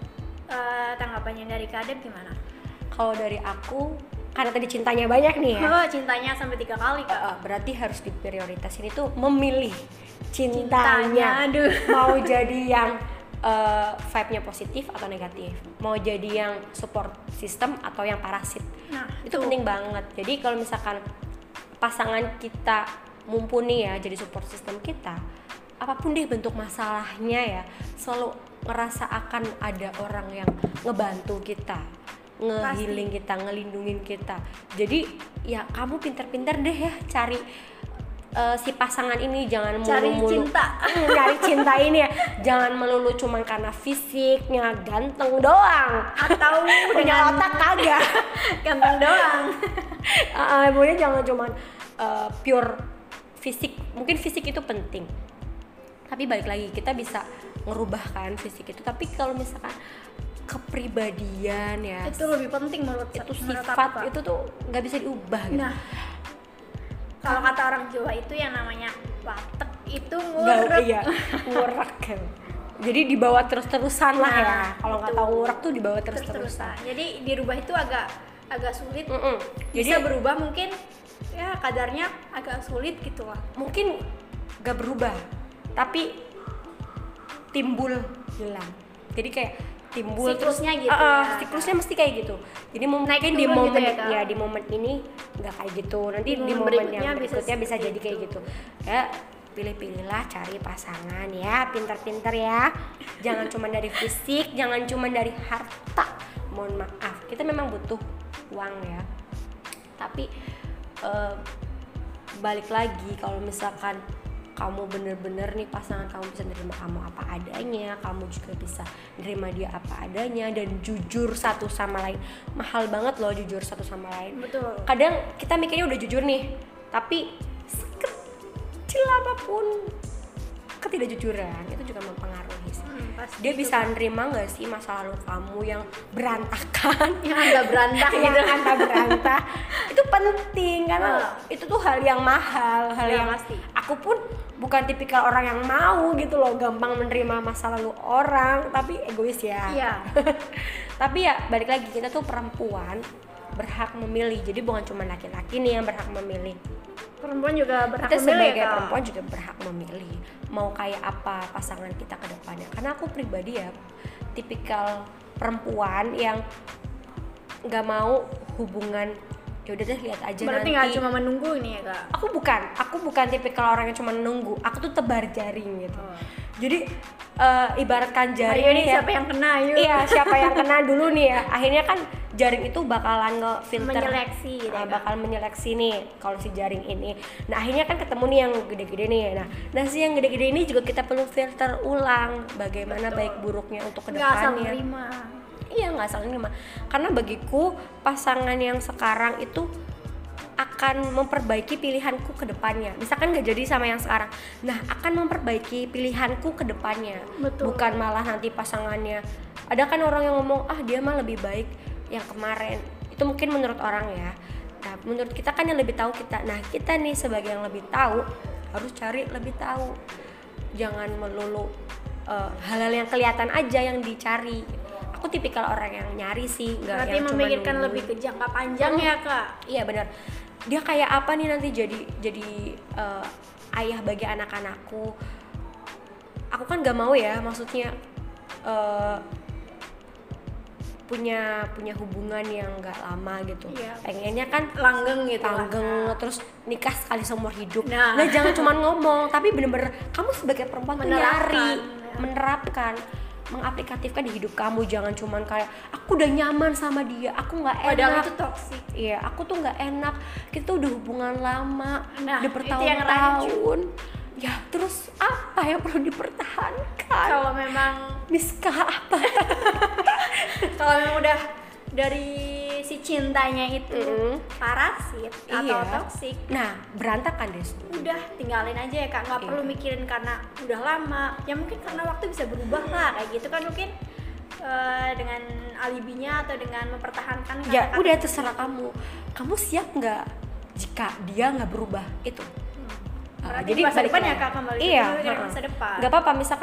S1: tanggapannya dari Kak Adep gimana?
S2: Kalau dari aku, karena tadi cintanya banyak nih ya.
S1: Oh, cintanya sampai 3 kali Kak.
S2: Berarti harus diprioritasin itu memilih cintanya.
S1: Aduh.
S2: Mau jadi yang vibe-nya positif atau negatif, mau jadi yang support system atau yang parasit.
S1: Nah,
S2: itu penting banget. Jadi kalau misalkan pasangan kita mumpuni ya jadi support system kita, apapun deh bentuk masalahnya ya, selalu ngerasa akan ada orang yang ngebantu kita, ngehealing kita, ngelindungin kita. Jadi ya kamu pinter-pinter deh ya cari si pasangan ini, jangan mulu-mulu cari cinta ini ya, jangan melulu cuman karena fisiknya ganteng doang
S1: atau
S2: punya otak kagak
S1: ganteng doang.
S2: Pokoknya jangan cuman pure fisik. Mungkin fisik itu penting, tapi balik lagi kita bisa ngerubah kan fisik itu, tapi kalau misalkan kepribadian ya
S1: itu lebih penting menurut
S2: sifat itu tuh nggak bisa diubah gitu.
S1: Nah, kalau kata orang Jawa itu yang namanya watek itu ngurek.
S2: Iya, ngurek kan. Jadi dibawa terus-terusan lah ya. Kalau nggak tahu ngurek tuh dibawa terus-terusan.
S1: Jadi dirubah itu agak sulit.
S2: Jadi
S1: Bisa berubah mungkin ya kadarnya agak sulit gitu lah.
S2: Mungkin nggak berubah, tapi timbul hilang. Jadi kayak timbul
S1: siklusnya
S2: terus,
S1: gitu
S2: siklusnya mesti kayak gitu. Jadi mungkin di momen gitu ya, di momen ini nggak kayak gitu, nanti di momen yang berikutnya bisa jadi kayak gitu. Ya pilih-pilihlah cari pasangan ya, pintar-pintar ya. Jangan cuma dari fisik, jangan cuma dari harta. Mohon maaf, kita memang butuh uang ya, tapi balik lagi kalau misalkan kamu bener-bener nih pasangan kamu bisa nerima kamu apa adanya, kamu juga bisa nerima dia apa adanya dan jujur satu sama lain. Mahal banget loh jujur satu sama lain.
S1: Betul.
S2: Kadang kita mikirnya udah jujur nih, tapi sekecil apapun ketidakjujuran itu juga mempengaruhi sih. Dia bisa nerima nggak sih masa lalu kamu yang berantakan,
S1: yang agak berantak
S2: yang agak berantak. Itu penting karena itu tuh hal yang mahal, hal yang
S1: pasti.
S2: Aku pun bukan tipikal orang yang mau gitu loh gampang menerima masa lalu orang, tapi egois ya.
S1: Iya.
S2: Tapi ya balik lagi, kita tuh perempuan berhak memilih, jadi bukan cuma laki-laki nih yang berhak memilih.
S1: Perempuan juga berhak
S2: kita
S1: memilih.
S2: Sebagai perempuan juga berhak memilih mau kayak apa pasangan kita ke depannya. Karena aku pribadi ya tipikal perempuan yang nggak mau hubungan ya udah deh lihat aja.
S1: Berarti
S2: nanti.
S1: Nggak cuma menunggu ini ya Kak?
S2: Aku bukan tipikal orang yang cuma menunggu. Aku tuh tebar jaring gitu. Jadi ibaratkan jaring
S1: ayo
S2: nih
S1: ya, siapa yang kena ayo.
S2: Iya, siapa yang kena dulu nih ya. Akhirnya kan jaring itu bakalan ngefilter,
S1: menyeleksi gitu
S2: bakal menyeleksi nih kalau si jaring ini. Nah, akhirnya kan ketemu nih yang gede-gede nih. Nah si yang gede-gede ini juga kita perlu filter ulang bagaimana baik buruknya untuk kedepannya.
S1: Nggak asal nerima.
S2: Iya, nggak asal nerima. Karena bagiku pasangan yang sekarang itu akan memperbaiki pilihanku ke depannya. Misalkan gak jadi sama yang sekarang, nah akan memperbaiki pilihanku ke depannya.
S1: Betul.
S2: Bukan malah nanti pasangannya. Ada kan orang yang ngomong, dia mah lebih baik yang kemarin. Itu mungkin menurut orang ya. Nah menurut kita kan yang lebih tahu kita. Nah kita nih sebagai yang lebih tahu harus cari lebih tahu. Jangan melulu hal-hal yang kelihatan aja yang dicari. Aku tipikal orang yang nyari sih, nggak
S1: berarti
S2: yang cuma
S1: memikirkan
S2: nunggu.
S1: lebih ke jangka panjang ya Kak?
S2: Iya benar. Dia kayak apa nih nanti jadi ayah bagi anak-anakku. Aku kan nggak mau ya, maksudnya punya hubungan yang nggak lama gitu.
S1: Iya.
S2: Pengennya kan
S1: langgeng gitu.
S2: Langgeng terus nikah sekali seumur hidup. Nah jangan cuma ngomong, tapi bener-bener kamu sebagai perempuan tuh nyari, menerapkan, mengaplikatifkan di hidup kamu. Jangan cuman kayak aku udah nyaman sama dia, aku nggak enak.
S1: Padahal itu toksik.
S2: Iya, aku tuh nggak enak. Kita udah hubungan lama, udah
S1: bertahun-tahun.
S2: Ya terus apa yang perlu dipertahankan?
S1: Kalau memang
S2: miskah apa?
S1: Kalau memang udah dari si cintanya itu parasit atau toksik,
S2: nah berantakan deh.
S1: Udah tinggalin aja ya Kak, nggak perlu mikirin karena udah lama. Ya mungkin karena waktu bisa berubah lah kayak gitu kan, mungkin dengan alibinya atau dengan mempertahankan.
S2: Ya udah terserah kamu siap nggak jika dia nggak berubah itu.
S1: Jadi masa depan ya Kak, kembali ke masa depan.
S2: Gak apa-apa, misalkan aku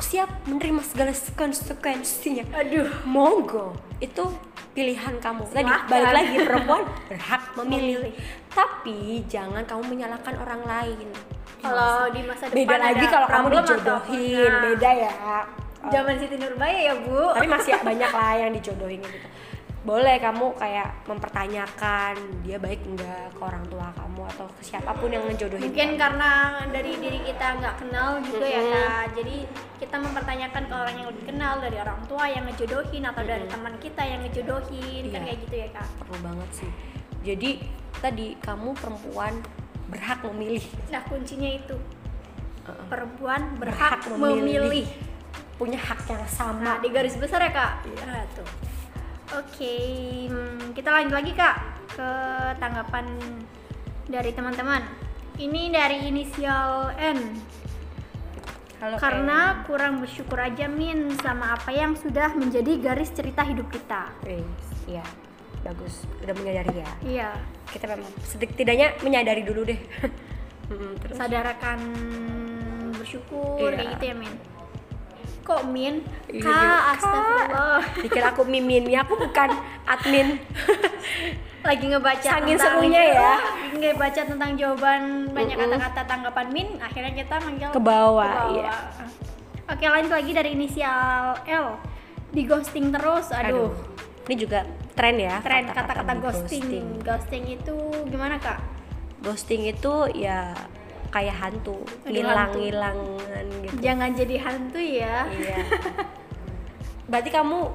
S2: siap menerima segala konsekuensinya.
S1: Aduh,
S2: Monggo, itu pilihan kamu. Tadi
S1: Silahkan.
S2: balik lagi, perempuan berhak memilih. Tapi jangan kamu menyalahkan orang lain.
S1: kalau di masa depan
S2: Beda lagi kalau kamu
S1: problem atau-
S2: dijodohin,
S1: Nah,
S2: beda ya.
S1: Zaman Siti Nurbaya ya Bu.
S2: Tapi masih banyak lah yang dijodohin gitu. Boleh kamu kayak mempertanyakan dia baik enggak ke orang tua kamu atau ke siapapun yang ngejodohin
S1: Mungkin
S2: kamu.
S1: karena dari diri kita nggak kenal juga ya Kak. Jadi kita mempertanyakan ke orang yang lebih kenal, dari orang tua yang ngejodohin atau dari teman kita yang ngejodohin, kan
S2: Iya.
S1: kayak gitu ya Kak.
S2: Perlu banget sih. Jadi tadi kamu perempuan berhak memilih.
S1: Nah kuncinya itu
S2: Uh-uh.
S1: perempuan
S2: Berhak
S1: berhak
S2: memilih.
S1: memilih.
S2: Punya hak yang
S1: Nah
S2: sama.
S1: di garis besar ya Kak. Nah, tuh. Oke, kita lanjut lagi Kak ke tanggapan dari teman-teman. Ini dari inisial N.
S2: Kalau
S1: Karena kurang bersyukur aja Min sama apa yang sudah menjadi garis cerita hidup kita.
S2: iya, bagus. Udah menyadari ya.
S1: Iya,
S2: Kita memang setidaknya menyadari dulu deh. Terus
S1: sadarkan bersyukur
S2: Iya.
S1: kayak gitu ya Min. Kok Min?
S2: Iya,
S1: Kak,
S2: Kak.
S1: astagfirullah.
S2: dikira aku mimin ya, aku bukan admin.
S1: Lagi ngebaca
S2: Saking
S1: tentang
S2: serunya ya.
S1: lagi ngebaca tentang jawaban banyak kata-kata tanggapan Min, akhirnya kita manggil
S2: Ke bawah, iya.
S1: Oke, lanjut lagi dari inisial L. Di ghosting terus, aduh.
S2: Ini juga tren ya.
S1: Tren kata-kata
S2: di
S1: ghosting. Ghosting itu gimana Kak?
S2: Ghosting itu ya kayak hantu,
S1: Aduh, hantu.
S2: hilang-hilangan gitu.
S1: Jangan jadi hantu ya.
S2: Iya. Berarti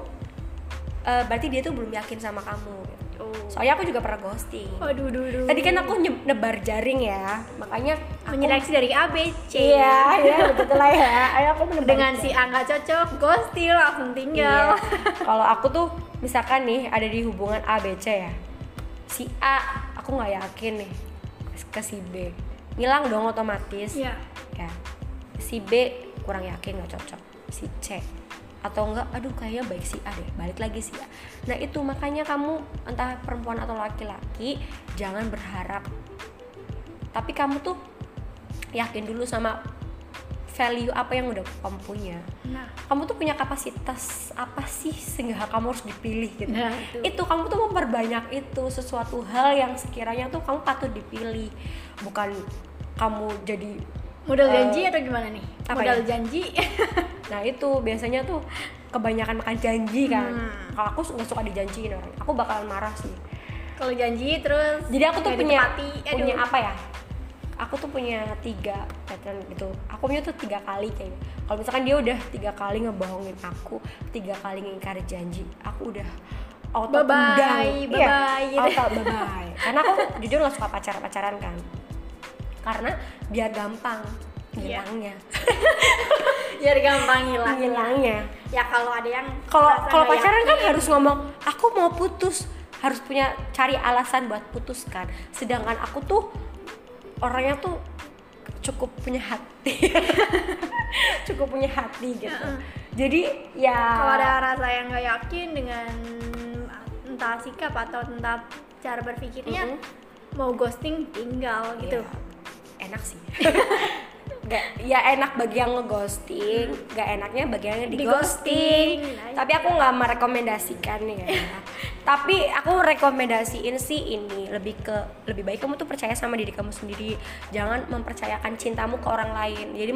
S2: berarti dia tuh belum yakin sama kamu.
S1: Oh.
S2: Soalnya aku juga pernah ghosting.
S1: Aduh, duh.
S2: Tadi kan aku nebar jaring ya, makanya aku
S1: menyeleksi dari A, B, C.
S2: Iya, betul lah ya. Ayo aku menebar
S1: Dengan si A nggak cocok, ghosting langsung tinggal.
S2: Iya. Kalau aku tuh misalkan nih ada di hubungan A, B, C ya. Si A aku nggak yakin nih ke si B, ngilang dong otomatis.
S1: Iya.
S2: Ya. Si B kurang yakin nggak cocok. Si C atau enggak, aduh kayaknya baik si A deh, balik lagi si A. Nah itu makanya kamu entah perempuan atau laki-laki jangan berharap, tapi kamu tuh yakin dulu sama value apa yang udah kamu punya.
S1: Nah,
S2: Kamu tuh punya kapasitas apa sih sehingga kamu harus dipilih gitu.
S1: Nah, itu.
S2: Kamu tuh memperbanyak itu sesuatu hal yang sekiranya tuh kamu patut dipilih, bukan kamu jadi
S1: modal janji atau gimana nih?
S2: apa
S1: Modal
S2: ya?
S1: janji.
S2: Nah itu biasanya tuh kebanyakan makan janji kan. Kalau aku nggak suka dijanjiin orang, aku bakalan marah sih.
S1: Kalau janji terus
S2: Jadi aku tuh
S1: nggak
S2: punya
S1: ditepati, aduh.
S2: apa ya? Aku tuh punya 3 pattern gitu. Aku punya tuh 3 kali kayaknya. Kalau misalkan dia udah 3 kali ngebohongin aku, 3 kali ngingkari janji, aku udah auto
S1: Bye-bye,
S2: tendang.
S1: bye-bye,
S2: Iya, auto bye-bye. Karena aku jujur gak suka pacaran kan. Karena biar gampang
S1: Iya.
S2: hilangnya.
S1: Biar gampang hilang.
S2: Hilangnya.
S1: Ya kalau ada yang
S2: Kalau
S1: merasa
S2: kalau
S1: nggak
S2: pacaran kan
S1: yakin.
S2: harus ngomong aku mau putus, harus punya cari alasan buat putus kan. Sedangkan aku tuh orangnya tuh cukup punya hati. Cukup punya hati gitu. Jadi ya
S1: kalau ada rasa yang nggak yakin dengan entah sikap atau entah cara berpikirnya, mau ghosting tinggal gitu.
S2: ya, enak sih. Ya enak bagi yang ngeghosting, gak enaknya bagi yang di ghosting.
S1: Di-ghosting.
S2: Tapi aku nggak merekomendasikan nih ya. Tapi aku rekomendasiin sih ini lebih baik kamu tuh percaya sama diri kamu sendiri. Jangan mempercayakan cintamu ke orang lain. Jadi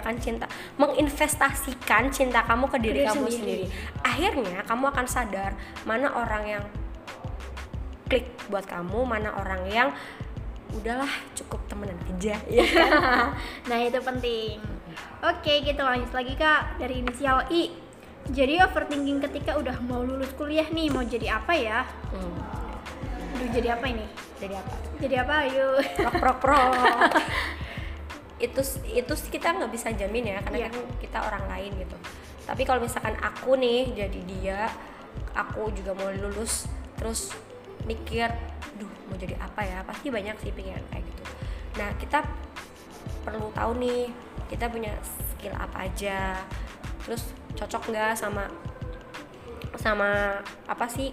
S2: menginvestasikan cinta kamu ke diri kamu sendiri. Akhirnya kamu akan sadar mana orang yang klik buat kamu, mana orang yang udahlah cukup temenan aja ya kan?
S1: Nah itu penting. Oke, kita lanjut lagi Kak dari inisial I. Jadi overthinking ketika udah mau lulus kuliah nih, mau jadi apa ya? Aduh, jadi apa ini?
S2: Jadi apa?
S1: Jadi apa? Ayo.
S2: Pro. itu sih kita nggak bisa jamin ya karena
S1: Iya.
S2: kan kita orang lain gitu. Tapi kalau misalkan aku nih jadi dia, aku juga mau lulus terus mikir, duh mau jadi apa ya, pasti banyak sih pikiran kayak gitu. Nah kita perlu tahu nih kita punya skill apa aja, terus cocok nggak sama apa sih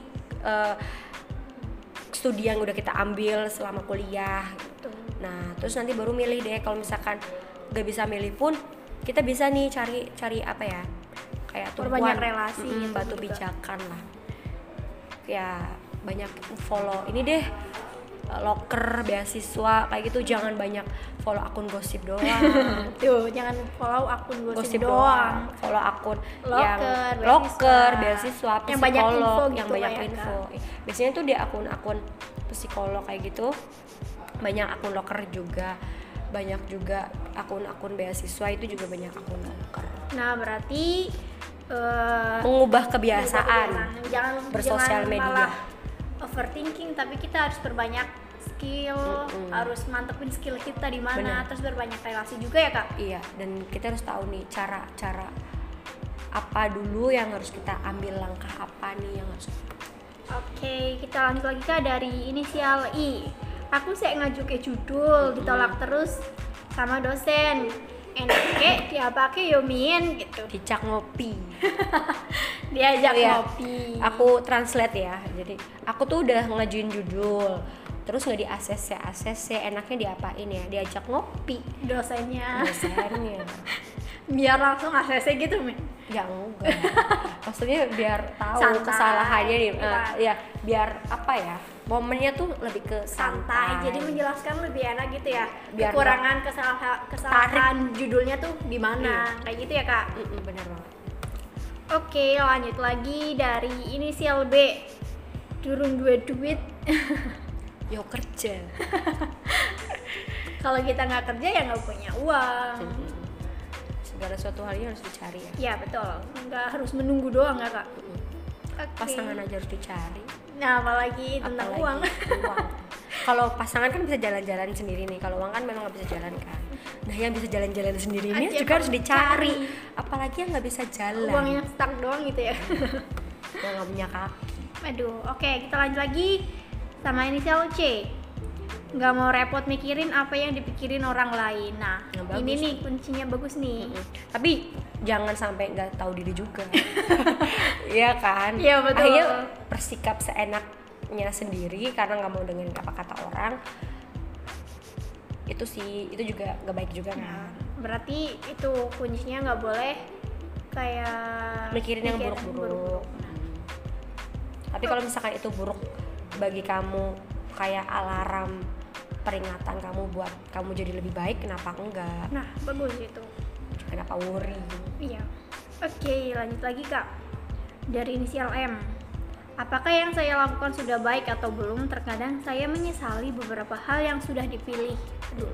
S2: studi yang udah kita ambil selama kuliah gitu. Nah terus nanti baru milih deh. Kalau misalkan nggak bisa milih pun kita bisa nih cari apa ya, kayak
S1: perbanyak
S2: tumpuan
S1: relasi gitu
S2: batu
S1: juga.
S2: pijakan lah, ya banyak follow ini deh, loker beasiswa kayak gitu, jangan banyak follow akun gosip doang.
S1: Tuh, jangan follow akun gosip
S2: doang, follow akun yang
S1: loker,
S2: beasiswa,
S1: yang banyak info
S2: psikolog,
S1: gitu
S2: yang banyak
S1: lah ya,
S2: info. Biasanya tuh di akun-akun psikolog kayak gitu, banyak akun loker juga, banyak juga akun-akun beasiswa itu juga banyak akun loker.
S1: Nah, berarti
S2: Mengubah kebiasaan
S1: jangan
S2: bersosial media.
S1: malah overthinking, tapi kita harus berbanyak skill, harus mantepin skill kita di mana, terus berbanyak relasi juga ya Kak.
S2: Iya, dan kita harus tahu nih cara apa dulu yang harus kita ambil, langkah apa nih yang harus.
S1: Oke, kita lanjut lagi Kak dari inisial I. Aku saya ngajuke judul, ditolak terus sama dosen. Enake diapake yo mien gitu.
S2: Dicak ngopi.
S1: Diajak
S2: Iya.
S1: ngopi.
S2: Aku translate ya. Jadi aku tuh udah ngajuin judul, terus nggak di ACC, enaknya diapain ya? Diajak ngopi
S1: Dosennya.
S2: dosennya.
S1: Biar langsung ACC gitu, men.
S2: Ya enggak. Maksudnya biar tahu
S1: Santai.
S2: kesalahannya nih.
S1: Iya.
S2: Ya, biar apa ya? Momennya tuh lebih ke
S1: Santai. Jadi menjelaskan lebih enak gitu ya.
S2: Biar
S1: Kekurangan kesalahan judulnya tuh di mana. Kayak gitu ya, Kak.
S2: Bener banget.
S1: Oke, lanjut lagi dari inisial B. Durung duwe duit.
S2: Yo kerja.
S1: Kalau kita nggak kerja ya nggak punya uang.
S2: Segala suatu halnya harus dicari ya.
S1: Ya betul, nggak harus menunggu doang nggak Kak? Oke.
S2: Pasangan aja harus dicari.
S1: Nah, apalagi tentang
S2: Apalagi
S1: uang.
S2: uang. Kalau pasangan kan bisa jalan-jalan sendiri nih. Kalau uang kan memang nggak bisa jalan kan. Nah, yang bisa jalan-jalan sendiri ini
S1: Aja
S2: juga harus dicari.
S1: cari.
S2: Apalagi yang nggak bisa jalan.
S1: Uang yang stuck doang gitu ya.
S2: Yang nggak punya kaki.
S1: Aduh, oke, kita lanjut lagi sama inisial C. Nggak mau repot mikirin apa yang dipikirin orang lain. Nah,
S2: Nah,
S1: ini
S2: bagus.
S1: nih kuncinya bagus nih.
S2: Tapi jangan sampai nggak tahu diri juga. Iya kan?
S1: Iya, betul.
S2: Akhirnya bersikap seenaknya sendiri karena nggak mau dengerin apa kata orang. Itu juga nggak baik juga kan.
S1: Berarti itu kuncinya nggak boleh kayak
S2: Mikirin yang buruk-buruk. Tapi kalau misalkan itu buruk bagi kamu, kayak alarm peringatan kamu buat kamu jadi lebih baik, kenapa enggak?
S1: Nah, bagus itu.
S2: Kenapa worry?
S1: Iya. Oke, lanjut lagi Kak. Dari inisial M. Apakah yang saya lakukan sudah baik atau belum? Terkadang saya menyesali beberapa hal yang sudah dipilih. Aduh.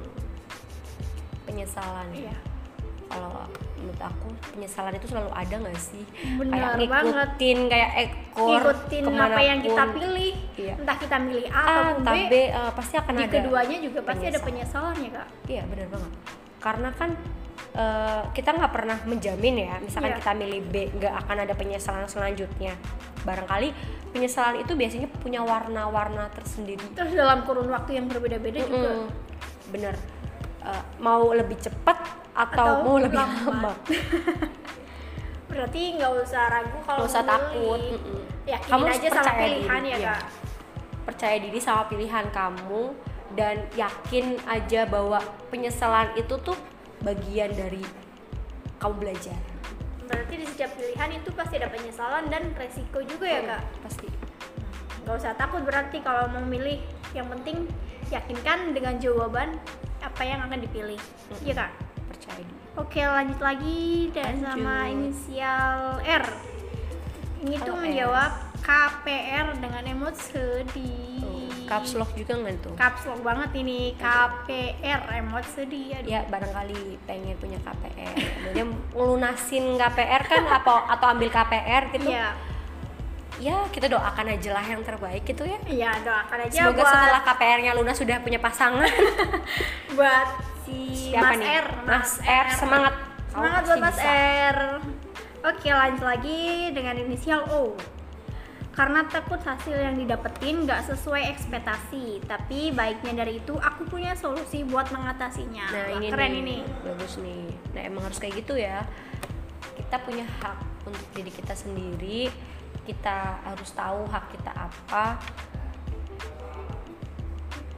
S2: Penyesalan.
S1: Iya.
S2: Kalau menurut aku penyesalan itu selalu ada nggak sih?
S1: Benar
S2: Kayak
S1: banget.
S2: ngikutin kayak ekor
S1: Ngikutin apa yang kita
S2: kemanapun.
S1: pilih.
S2: Iya.
S1: Entah kita milih A
S2: A,
S1: ataupun
S2: entah
S1: B.
S2: B, pasti akan
S1: Di
S2: ada
S1: keduanya juga pasti ada penyesalan ya Kak.
S2: Iya, benar banget. Karena kan kita nggak pernah menjamin ya, misalkan
S1: Iya.
S2: kita milih B nggak akan ada penyesalan selanjutnya. Barangkali penyesalan itu biasanya punya warna-warna tersendiri.
S1: Terus dalam kurun waktu yang berbeda-beda juga.
S2: Bener. Mau lebih cepat atau mau lebih lama.
S1: Berarti nggak usah ragu kalau
S2: Nggak usah
S1: mau
S2: takut.
S1: milih. Yakinin
S2: Kamu
S1: aja sama
S2: percaya
S1: pilihan
S2: diri,
S1: ya
S2: iya.
S1: Kak.
S2: Percaya diri sama pilihan kamu dan yakin aja bahwa penyesalan itu tuh bagian dari kamu belajar.
S1: Berarti di setiap pilihan itu pasti ada penyesalan dan resiko juga ya Kak.
S2: Pasti.
S1: Nggak usah takut berarti kalau mau milih. Yang penting yakinkan dengan jawaban apa yang akan dipilih. Iya Kak.
S2: Percaya diri.
S1: Oke, lanjut lagi dan
S2: Lanjut.
S1: sama inisial R. Ini tuh
S2: Halo, R.
S1: menjawab KPR dengan emot sedih.
S2: Caps lock juga nggak tuh?
S1: Caps lock banget ini, KPR emot sedih. Aduh.
S2: Ya barangkali pengen punya KPR, kemudian ngelunasin KPR kan atau ambil KPR gitu.
S1: Iya.
S2: Ya kita doakan aja lah yang terbaik gitu ya.
S1: Iya, doakan aja
S2: Semoga
S1: buat
S2: setelah KPR-nya lunas sudah punya pasangan.
S1: buat si
S2: Siapa
S1: Mas
S2: nih?
S1: R.
S2: Mas R, semangat.
S1: Semangat
S2: Kamu
S1: buat Mas
S2: pasti bisa.
S1: R. Oke, lanjut lagi dengan inisial O. Karena takut hasil yang didapetin nggak sesuai ekspektasi, tapi baiknya dari itu aku punya solusi buat mengatasinya.
S2: Nah
S1: Wah,
S2: ini
S1: keren
S2: nih,
S1: ini.
S2: bagus nih. Nah emang harus kayak gitu ya. Kita punya hak untuk diri kita sendiri. Kita harus tahu hak kita apa.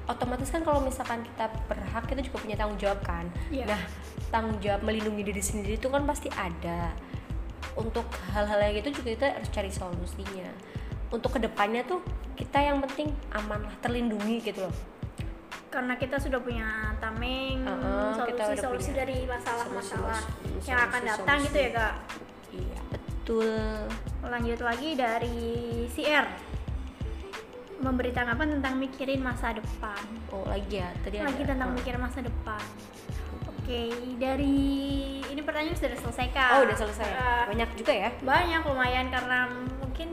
S2: otomatis kan kalau misalkan kita berhak, kita juga punya tanggung jawab kan. Nah, tanggung jawab melindungi diri sendiri itu kan pasti ada. Untuk hal-hal yang itu juga kita harus cari solusinya. Untuk kedepannya tuh kita yang penting aman lah, terlindungi gitu loh.
S1: Karena kita sudah punya tameng solusi dari masalah-masalah yang akan datang gitu ya Kak.
S2: Iya betul.
S1: Lanjut lagi dari CR, memberi tanggapan tentang mikirin masa depan.
S2: Oh lagi ya, tadi
S1: lagi
S2: ada.
S1: tentang mikirin masa depan. Oke, dari ini pertanyaan sudah selesai Kak.
S2: Oh udah selesai. Banyak juga ya?
S1: Banyak, lumayan, karena mungkin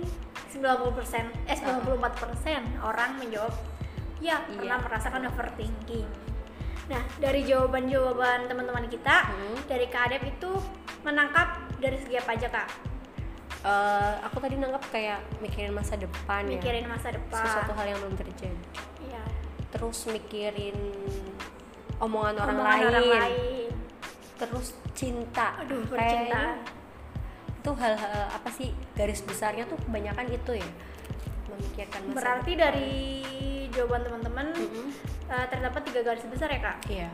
S1: 94% orang menjawab ya pernah merasakan overthinking. Nah, dari jawaban-jawaban teman-teman kita, dari Kak Adep itu menangkap dari segi apa aja Kak?
S2: Aku tadi nangkap kayak mikirin masa depan.
S1: Mikirin masa depan.
S2: Sesuatu hal yang belum terjadi.
S1: Iya.
S2: Terus mikirin omongan orang lain. Terus cinta.
S1: Aduh, percintaan.
S2: Itu hal-hal apa sih, garis besarnya tuh kebanyakan itu ya, memikirkan masa
S1: Berarti
S2: depan.
S1: dari jawaban teman-teman terdapat 3 garis besar ya Kak?
S2: Iya.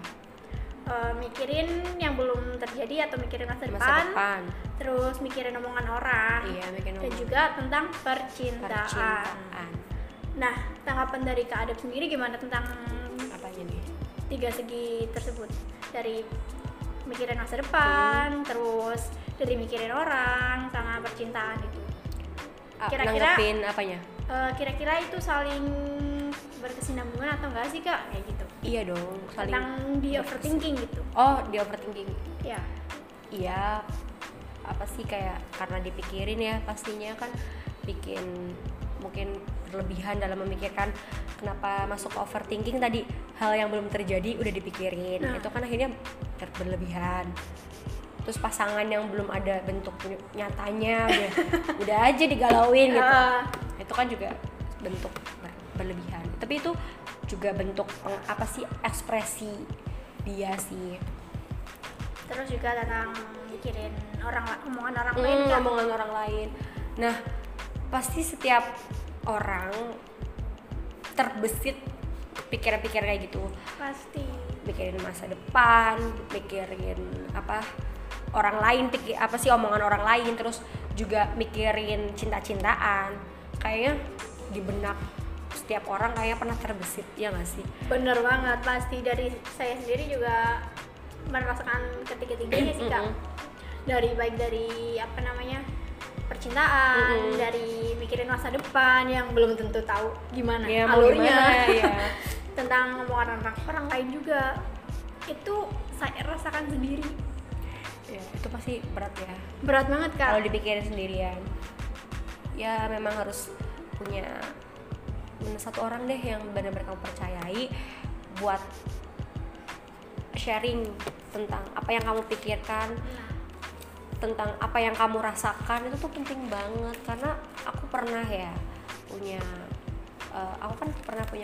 S1: Mikirin yang belum terjadi atau mikirin masa depan. Terus mikirin omongan orang.
S2: Iya, mikirin
S1: dan
S2: omongan.
S1: juga tentang percintaan. Nah, tanggapan dari Kak Adep sendiri gimana tentang
S2: Apanya nih?
S1: 3 segi tersebut? Dari mikirin masa depan, terus dari mikirin orang, sama percintaan itu. Kira-kira
S2: nanggepin apanya?
S1: Kira-kira itu saling berkesinambungan atau enggak sih Kak? Kayak gitu.
S2: Iya dong, saling
S1: Tentang di overthinking gitu.
S2: Oh, di overthinking.
S1: Ya.
S2: Iya, apa sih, kayak karena dipikirin ya, pastinya kan bikin mungkin berlebihan dalam memikirkan. Kenapa masuk ke overthinking tadi, hal yang belum terjadi udah dipikirin. Itu kan akhirnya berlebihan. Terus pasangan yang belum ada bentuk nyatanya udah aja digalauin gitu. Itu kan juga bentuk berlebihan. Tapi itu juga bentuk apa sih, ekspresi dia sih.
S1: Terus juga tentang mikirin omongan orang lain kan?
S2: Omongan orang lain. Nah, pasti setiap orang terbesit pikiran-pikiran kayak gitu.
S1: Pasti.
S2: Mikirin masa depan, mikirin apa orang lain, apa sih omongan orang lain, terus juga mikirin cinta-cintaan. Kayaknya di benak setiap orang kayaknya pernah terbesit, ya nggak sih?
S1: Bener banget, pasti. Dari saya sendiri juga merasakan ketiga-tiganya sih Kak. Baik dari apa namanya, percintaan, dari mikirin masa depan yang belum tentu tahu gimana
S2: ya,
S1: alurnya,
S2: ya.
S1: tentang omongan orang lain juga itu saya rasakan sendiri.
S2: Ya, itu pasti berat ya.
S1: Berat banget Kak.
S2: Kalau dipikirin sendirian. Ya memang harus punya satu orang deh yang benar-benar kamu percayai buat sharing tentang apa yang kamu pikirkan, tentang apa yang kamu rasakan. Itu tuh penting banget, karena aku pernah ya punya aku kan pernah punya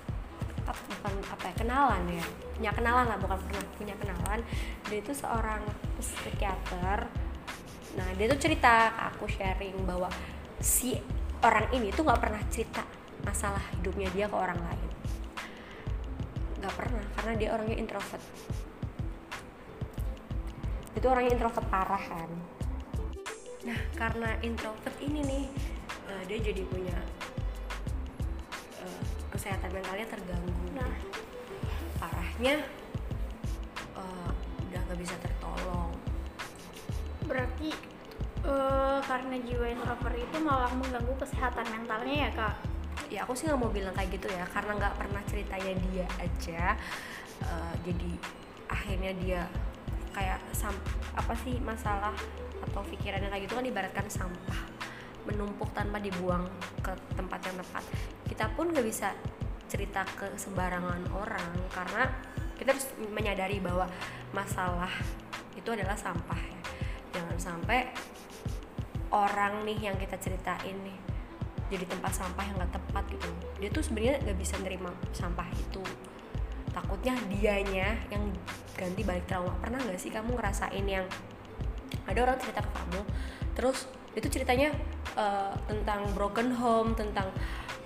S2: kenalan ya, punya kenalan lah, bukan pernah punya kenalan. Dia itu seorang psikiater. Nah, dia tuh cerita ke aku, sharing bahwa si orang ini tuh nggak pernah cerita masalah hidupnya dia ke orang lain, nggak pernah, karena dia orangnya introvert. Itu orangnya introvert parah kan. Nah, karena introvert ini nih, dia jadi punya kesehatan mentalnya terganggu.
S1: Nah,
S2: parahnya udah nggak bisa tertolong.
S1: berarti karena jiwa introvert itu malah mengganggu kesehatan mentalnya ya Kak?
S2: Ya aku sih nggak mau bilang kayak gitu ya, karena nggak pernah ceritanya dia aja. Jadi akhirnya dia kayak apa sih, masalah atau pikirannya kayak gitu kan ibaratkan sampah menumpuk tanpa dibuang ke tempat yang tepat. Kita pun nggak bisa cerita ke sembarangan orang, karena kita harus menyadari bahwa masalah itu adalah sampah ya. Jangan sampai orang nih yang kita ceritain nih jadi tempat sampah yang nggak tepat gitu. Dia tuh sebenarnya nggak bisa nerima sampah itu. Takutnya dianya yang ganti balik trauma. Pernah nggak sih kamu ngerasain yang ada orang cerita ke kamu, terus itu ceritanya tentang broken home, tentang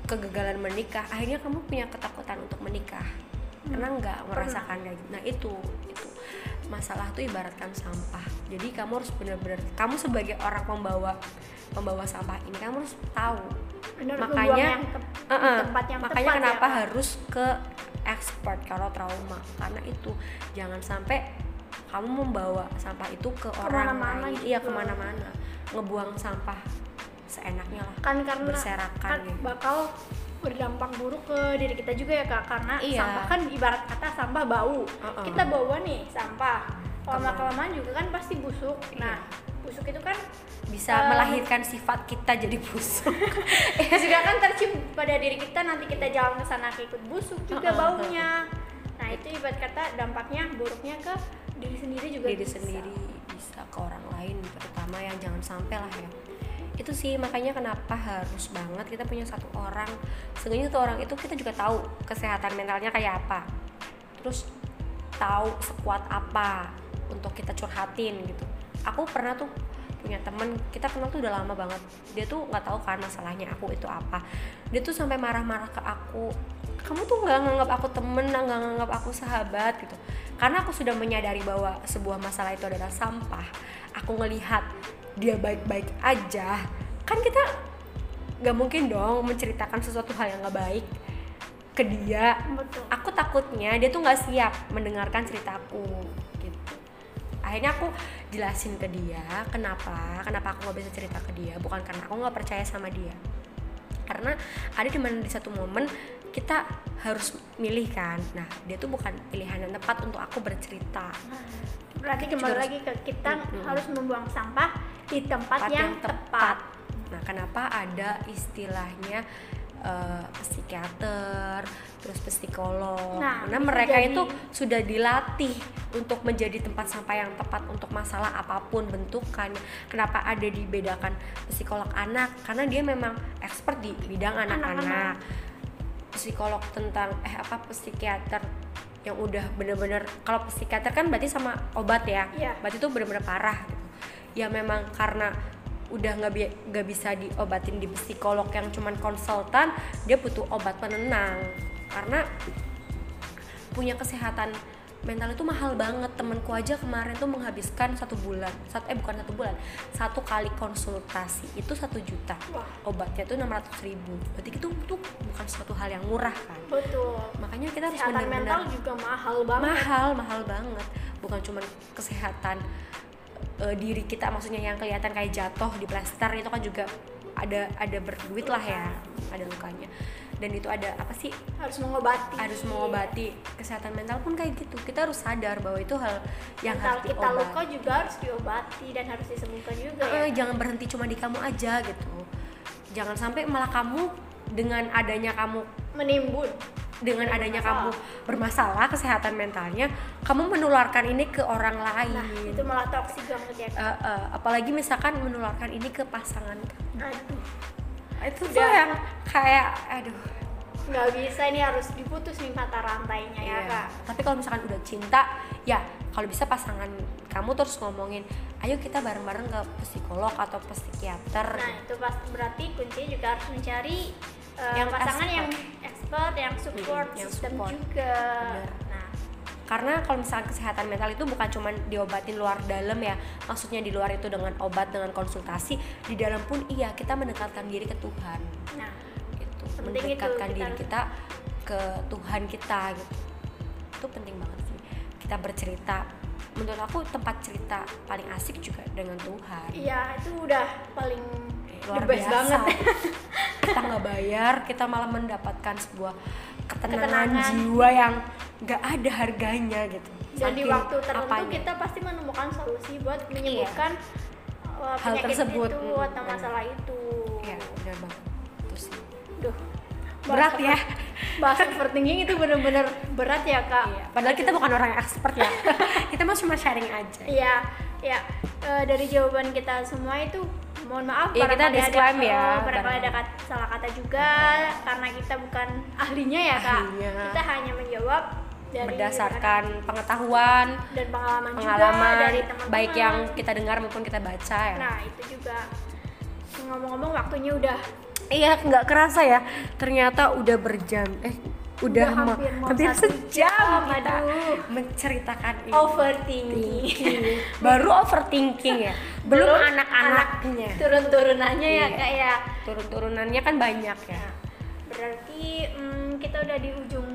S2: kegagalan menikah, akhirnya kamu punya ketakutan untuk menikah karena nggak merasakan kayak gitu. Nah itu masalah tuh ibaratkan sampah. Jadi kamu harus benar-benar, kamu sebagai orang pembawa sampah ini kamu harus tahu. Makanya makanya kenapa harus ke expert kalau trauma, karena itu jangan sampai kamu membawa sampah itu ke orang lain, iya kemana-mana, ngebuang sampah seenaknya lah,
S1: kan karena
S2: berserakan
S1: kan
S2: gitu.
S1: bakal berdampak buruk ke diri kita juga ya Kak, karena sampah kan ibarat kata sampah bau. Kita bawa nih sampah, lama-kelamaan juga kan pasti busuk. Nah busuk itu kan
S2: bisa melahirkan sifat kita jadi busuk.
S1: juga kan tercium pada diri kita, nanti kita jalan ke sana ikut busuk juga baunya. Nah itu ibarat kata dampaknya buruknya ke diri sendiri juga,
S2: bisa ke orang lain, terutama yang jangan sampai lah ya. Itu sih makanya kenapa harus banget kita punya satu orang, seenggaknya satu orang itu kita juga tahu kesehatan mentalnya kayak apa, terus tahu sekuat apa untuk kita curhatin gitu. Aku pernah tuh punya temen, kita kenal tuh udah lama banget, dia tuh nggak tahu kan masalahnya aku itu apa. Dia tuh sampai marah-marah ke aku, kamu tuh nggak nganggap aku temen, nggak nganggap aku sahabat gitu. Karena aku sudah menyadari bahwa sebuah masalah itu adalah sampah, aku ngelihat dia baik-baik aja, kan kita nggak mungkin dong menceritakan sesuatu hal yang nggak baik ke dia.
S1: Betul.
S2: Aku takutnya dia tuh nggak siap mendengarkan ceritaku gitu. Akhirnya aku jelasin ke dia kenapa aku nggak bisa cerita ke dia, bukan karena aku nggak percaya sama dia, karena ada di satu momen kita harus milih kan. Nah dia tuh bukan pilihan yang tepat untuk aku bercerita.
S1: Berarti kembali lagi ke kita harus membuang sampah di tempat yang tepat.
S2: Nah kenapa ada istilahnya psikiater, terus psikolog, karena mereka itu sudah dilatih untuk menjadi tempat sampah yang tepat untuk masalah apapun bentukannya. Kenapa ada dibedakan psikolog anak? Karena dia memang expert di bidang anak-anak. Psikolog tentang psikiater yang udah bener-bener, kalau psikiater kan berarti sama obat ya, berarti itu bener-bener parah gitu. Ya memang karena udah nggak bisa diobatin di psikolog yang cuman konsultan, dia butuh obat penenang karena punya kesehatan mental itu mahal banget. Temenku aja kemarin tuh menghabiskan 1 kali konsultasi itu 1 juta. Obatnya tuh 600.000. Berarti itu tuh bukan suatu hal yang murah kan.
S1: Betul.
S2: Makanya kita harus
S1: kesehatan mental juga mahal banget.
S2: Mahal banget. Bukan cuma kesehatan diri kita, maksudnya yang kelihatan kayak jatuh di plester itu kan juga ada berduit lah ya, ada lukanya. Dan itu ada
S1: harus mengobati.
S2: Kesehatan mental pun kayak gitu, kita harus sadar bahwa itu hal yang harus diobati.
S1: Kita luka juga harus diobati dan harus disembuhkan juga ya.
S2: Jangan berhenti cuma di kamu aja gitu, jangan sampai malah kamu dengan adanya kamu kamu bermasalah kesehatan mentalnya, kamu menularkan ini ke orang lain.
S1: Nah itu malah toksik banget ya.
S2: Apalagi misalkan menularkan ini ke pasangan. Itu tuh
S1: udah
S2: yang kayak
S1: nggak bisa, ini harus diputus nih mata rantainya ya Kak.
S2: Tapi kalau misalkan udah cinta ya, kalau bisa pasangan kamu terus ngomongin, ayo kita bareng-bareng ke psikolog atau psikiater.
S1: Nah itu berarti kuncinya juga harus mencari yang pasangan yang expert, yang support system juga.
S2: Bener. Nah karena kalau misalkan kesehatan mental itu bukan cuma diobatin luar dalam ya, maksudnya di luar itu dengan obat, dengan konsultasi, di dalam pun kita mendekatkan diri ke Tuhan.
S1: Nah
S2: itu mendekatkan diri kita ke Tuhan kita gitu. Itu penting banget sih kita bercerita. Menurut aku tempat cerita paling asik juga dengan Tuhan.
S1: Iya itu udah paling
S2: luar biasa banget. Kita nggak bayar, kita malah mendapatkan sebuah ketenangan jiwa yang nggak ada harganya gitu.
S1: Dan di waktu tertentu kita pasti menemukan solusi buat menyembuhkan
S2: hal tersebut
S1: itu atau masalah itu.
S2: Iya benar banget. Terus
S1: berat ya. Bahas overthinking itu benar-benar berat ya Kak.
S2: Iya. Padahal kita bukan orang yang expert ya. Kita mau cuma sharing aja.
S1: Iya. Dari jawaban kita semua itu mohon maaf
S2: kita disclaim ya,
S1: barangkali ada salah kata juga karena kita bukan ahlinya ya Kak. Kita hanya menjawab dari
S2: berdasarkan pengetahuan
S1: dan pengalaman juga dari teman-teman,
S2: baik yang kita dengar maupun kita baca ya.
S1: Nah itu juga, ngomong-ngomong waktunya udah
S2: Iya, nggak kerasa ya. Ternyata udah berjam. Udah hampir sejam kita menceritakan ini.
S1: Overthinking.
S2: Baru overthinking ya. Belum anak-anaknya.
S1: Turun-turunannya ya Kak ya.
S2: Turun-turunannya kan banyak ya.
S1: Berarti kita udah di ujung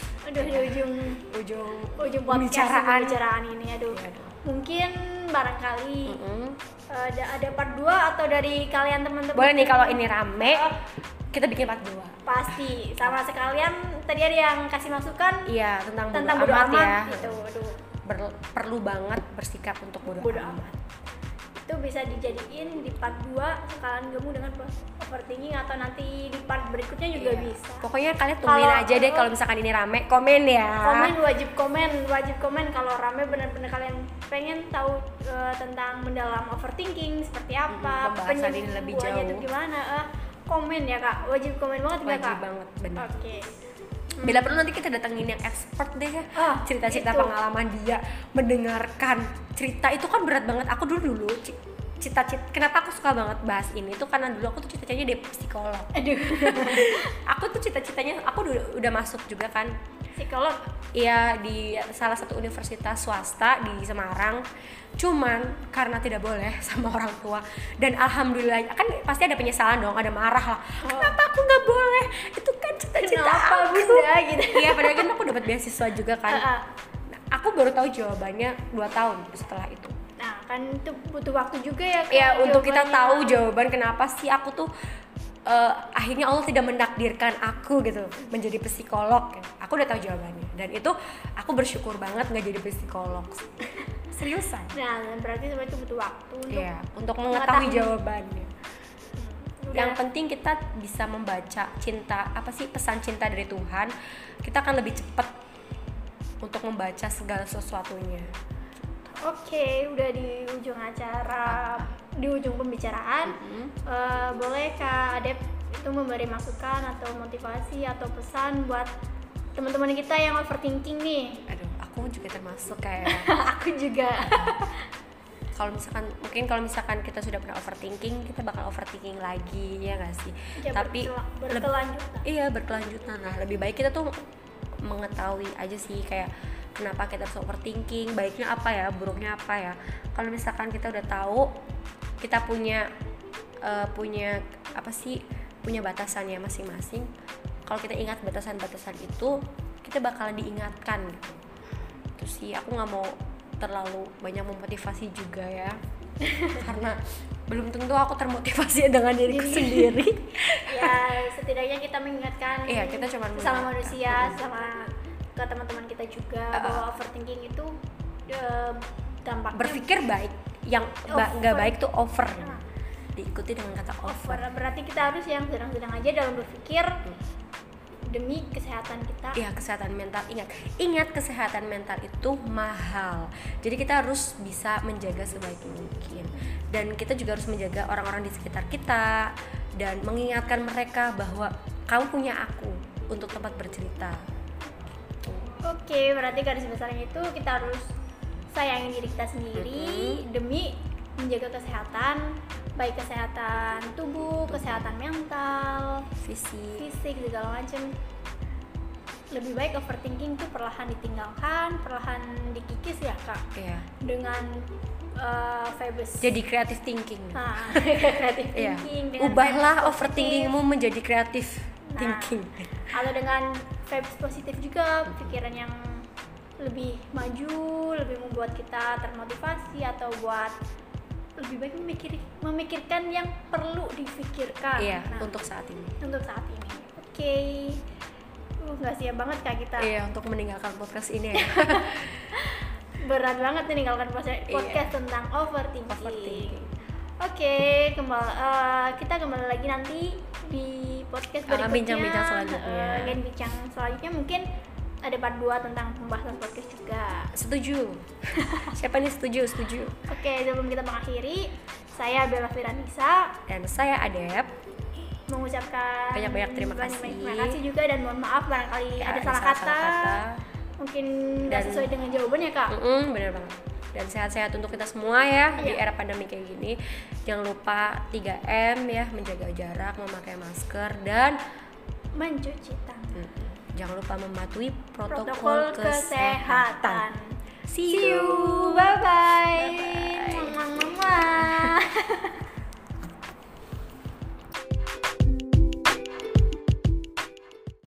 S1: podcast pembicaraan ini. Aduh. Mungkin barangkali ada part 2 atau dari kalian teman-teman.
S2: Boleh nih kalau ini rame kita bikin part 2.
S1: Pasti. Sama sekalian tadi ada yang kasih masukan tentang bodo amat
S2: ya.
S1: Itu
S2: Perlu banget bersikap untuk bodo amat.
S1: Itu bisa dijadiin di part 2 sekalian kamu dengan overthinking, atau nanti di part berikutnya juga bisa.
S2: Pokoknya kalian tungguin aja deh kalau misalkan ini rame, komen ya.
S1: Wajib komen kalau rame benar-benar kalian pengen tahu tentang mendalam overthinking seperti apa,
S2: pembahasan ini lebih jauh
S1: itu gimana. Komen ya Kak, wajib komen banget ya Kak.
S2: Wajib banget, benar.
S1: Oke.
S2: Bila perlu nanti kita datengin yang expert deh ya. Cerita-cerita pengalaman dia, mendengarkan cerita itu kan berat banget. Aku dulu cita-cita, kenapa aku suka banget bahas ini tuh karena dulu aku tuh cita-citanya jadi psikolog.
S1: Aduh.
S2: Aku tuh cita-citanya, aku udah masuk juga kan
S1: psikolog.
S2: Iya, di salah satu universitas swasta di Semarang. Cuman karena tidak boleh sama orang tua, dan alhamdulillah kan pasti ada penyesalan dong, ada marah lah. Kenapa aku nggak boleh? Itu kan cita-cita aku.
S1: Bunda gitu.
S2: Iya, padahal kan aku dapat beasiswa juga kan. Nah, aku baru tahu jawabannya 2 tahun setelah itu.
S1: Nah, kan itu butuh waktu juga ya.
S2: Ya, untuk kita tahu jawaban kenapa sih aku tuh akhirnya Allah tidak mentakdirkan aku gitu menjadi psikolog. Aku udah tahu jawabannya, dan itu aku bersyukur banget nggak jadi psikolog. Seriusan.
S1: Nah, berarti semua itu butuh waktu
S2: untuk mengetahui jawabannya. Yang penting kita bisa membaca pesan cinta dari Tuhan. Kita akan lebih cepat untuk membaca segala sesuatunya.
S1: Oke, udah di ujung acara, di ujung pembicaraan. Boleh Kak Adep itu memberi masukan atau motivasi atau pesan buat teman-teman kita yang overthinking nih?
S2: Aduh, aku juga termasuk kayak.
S1: Aku juga.
S2: Kalau misalkan kita sudah pernah overthinking, kita bakal overthinking lagi, ya nggak sih?
S1: Ya, tapi
S2: berkelanjutan. Nah, lebih baik kita tuh mengetahui aja sih kayak kenapa kita harus overthinking, baiknya apa ya, buruknya apa ya. Kalau misalkan kita udah tahu, kita punya batasannya masing-masing. Kalau kita ingat batasan-batasan itu, kita bakalan diingatkan gitu. Terus sih aku nggak mau terlalu banyak memotivasi juga ya. Karena belum tentu aku termotivasi dengan diriku sendiri.
S1: Ya, setidaknya kita mengingatkan.
S2: Iya, kita cuma
S1: sama manusia, sama ke teman-teman kita juga bahwa overthinking itu dampaknya
S2: berpikir baik, yang nggak baik tuh over. Diikuti dengan kata over.
S1: Berarti kita harus yang sedang-sedang aja dalam berpikir demi kesehatan kita.
S2: Iya, kesehatan mental. Ingat kesehatan mental itu mahal. Jadi kita harus bisa menjaga sebaik mungkin. Dan kita juga harus menjaga orang-orang di sekitar kita dan mengingatkan mereka bahwa kamu punya aku untuk tempat bercerita.
S1: Oke, berarti garis besarnya itu kita harus sayangi diri kita sendiri demi menjaga kesehatan, baik kesehatan tubuh, kesehatan mental, fisik segala macam. Lebih baik overthinking tuh perlahan ditinggalkan, perlahan dikikis ya Kak.
S2: Iya.
S1: Dengan Febus.
S2: Jadi creative thinking.
S1: Creative thinking.
S2: Ubahlah overthinkingmu menjadi creative thinking.
S1: Atau dengan vibes positif juga, pikiran yang lebih maju, lebih membuat kita termotivasi, atau buat lebih baik memikirkan yang perlu difikirkan.
S2: Iya, untuk saat ini.
S1: Oke. Nggak siap banget Kak kita.
S2: Iya, untuk meninggalkan podcast ini ya.
S1: Berat banget nih meninggalkan podcast tentang overthinking. Oke, kita kembali lagi nanti di podcast berikutnya.
S2: Bincang-bincang selanjutnya.
S1: Bincang selanjutnya mungkin ada part 2 tentang pembahasan podcast juga.
S2: Setuju. Siapa nih setuju?
S1: Oke, sebelum kita mengakhiri, saya Bella Firanisa
S2: dan saya Adep
S1: mengucapkan
S2: banyak-banyak terima
S1: kasih juga, dan mohon maaf barangkali ada salah kata. Mungkin nggak sesuai dengan jawabannya Kak.
S2: Bener banget. dan sehat-sehat untuk kita semua ya di
S1: Iya.
S2: era pandemi kayak gini. Jangan lupa 3M ya, menjaga jarak, memakai masker, dan
S1: mencuci tangan.
S2: jangan lupa mematuhi
S1: Protokol
S2: protokol kesehatan.
S1: See you. Bye bye.
S2: Bye-bye.
S1: Mwah, mwah, mwah.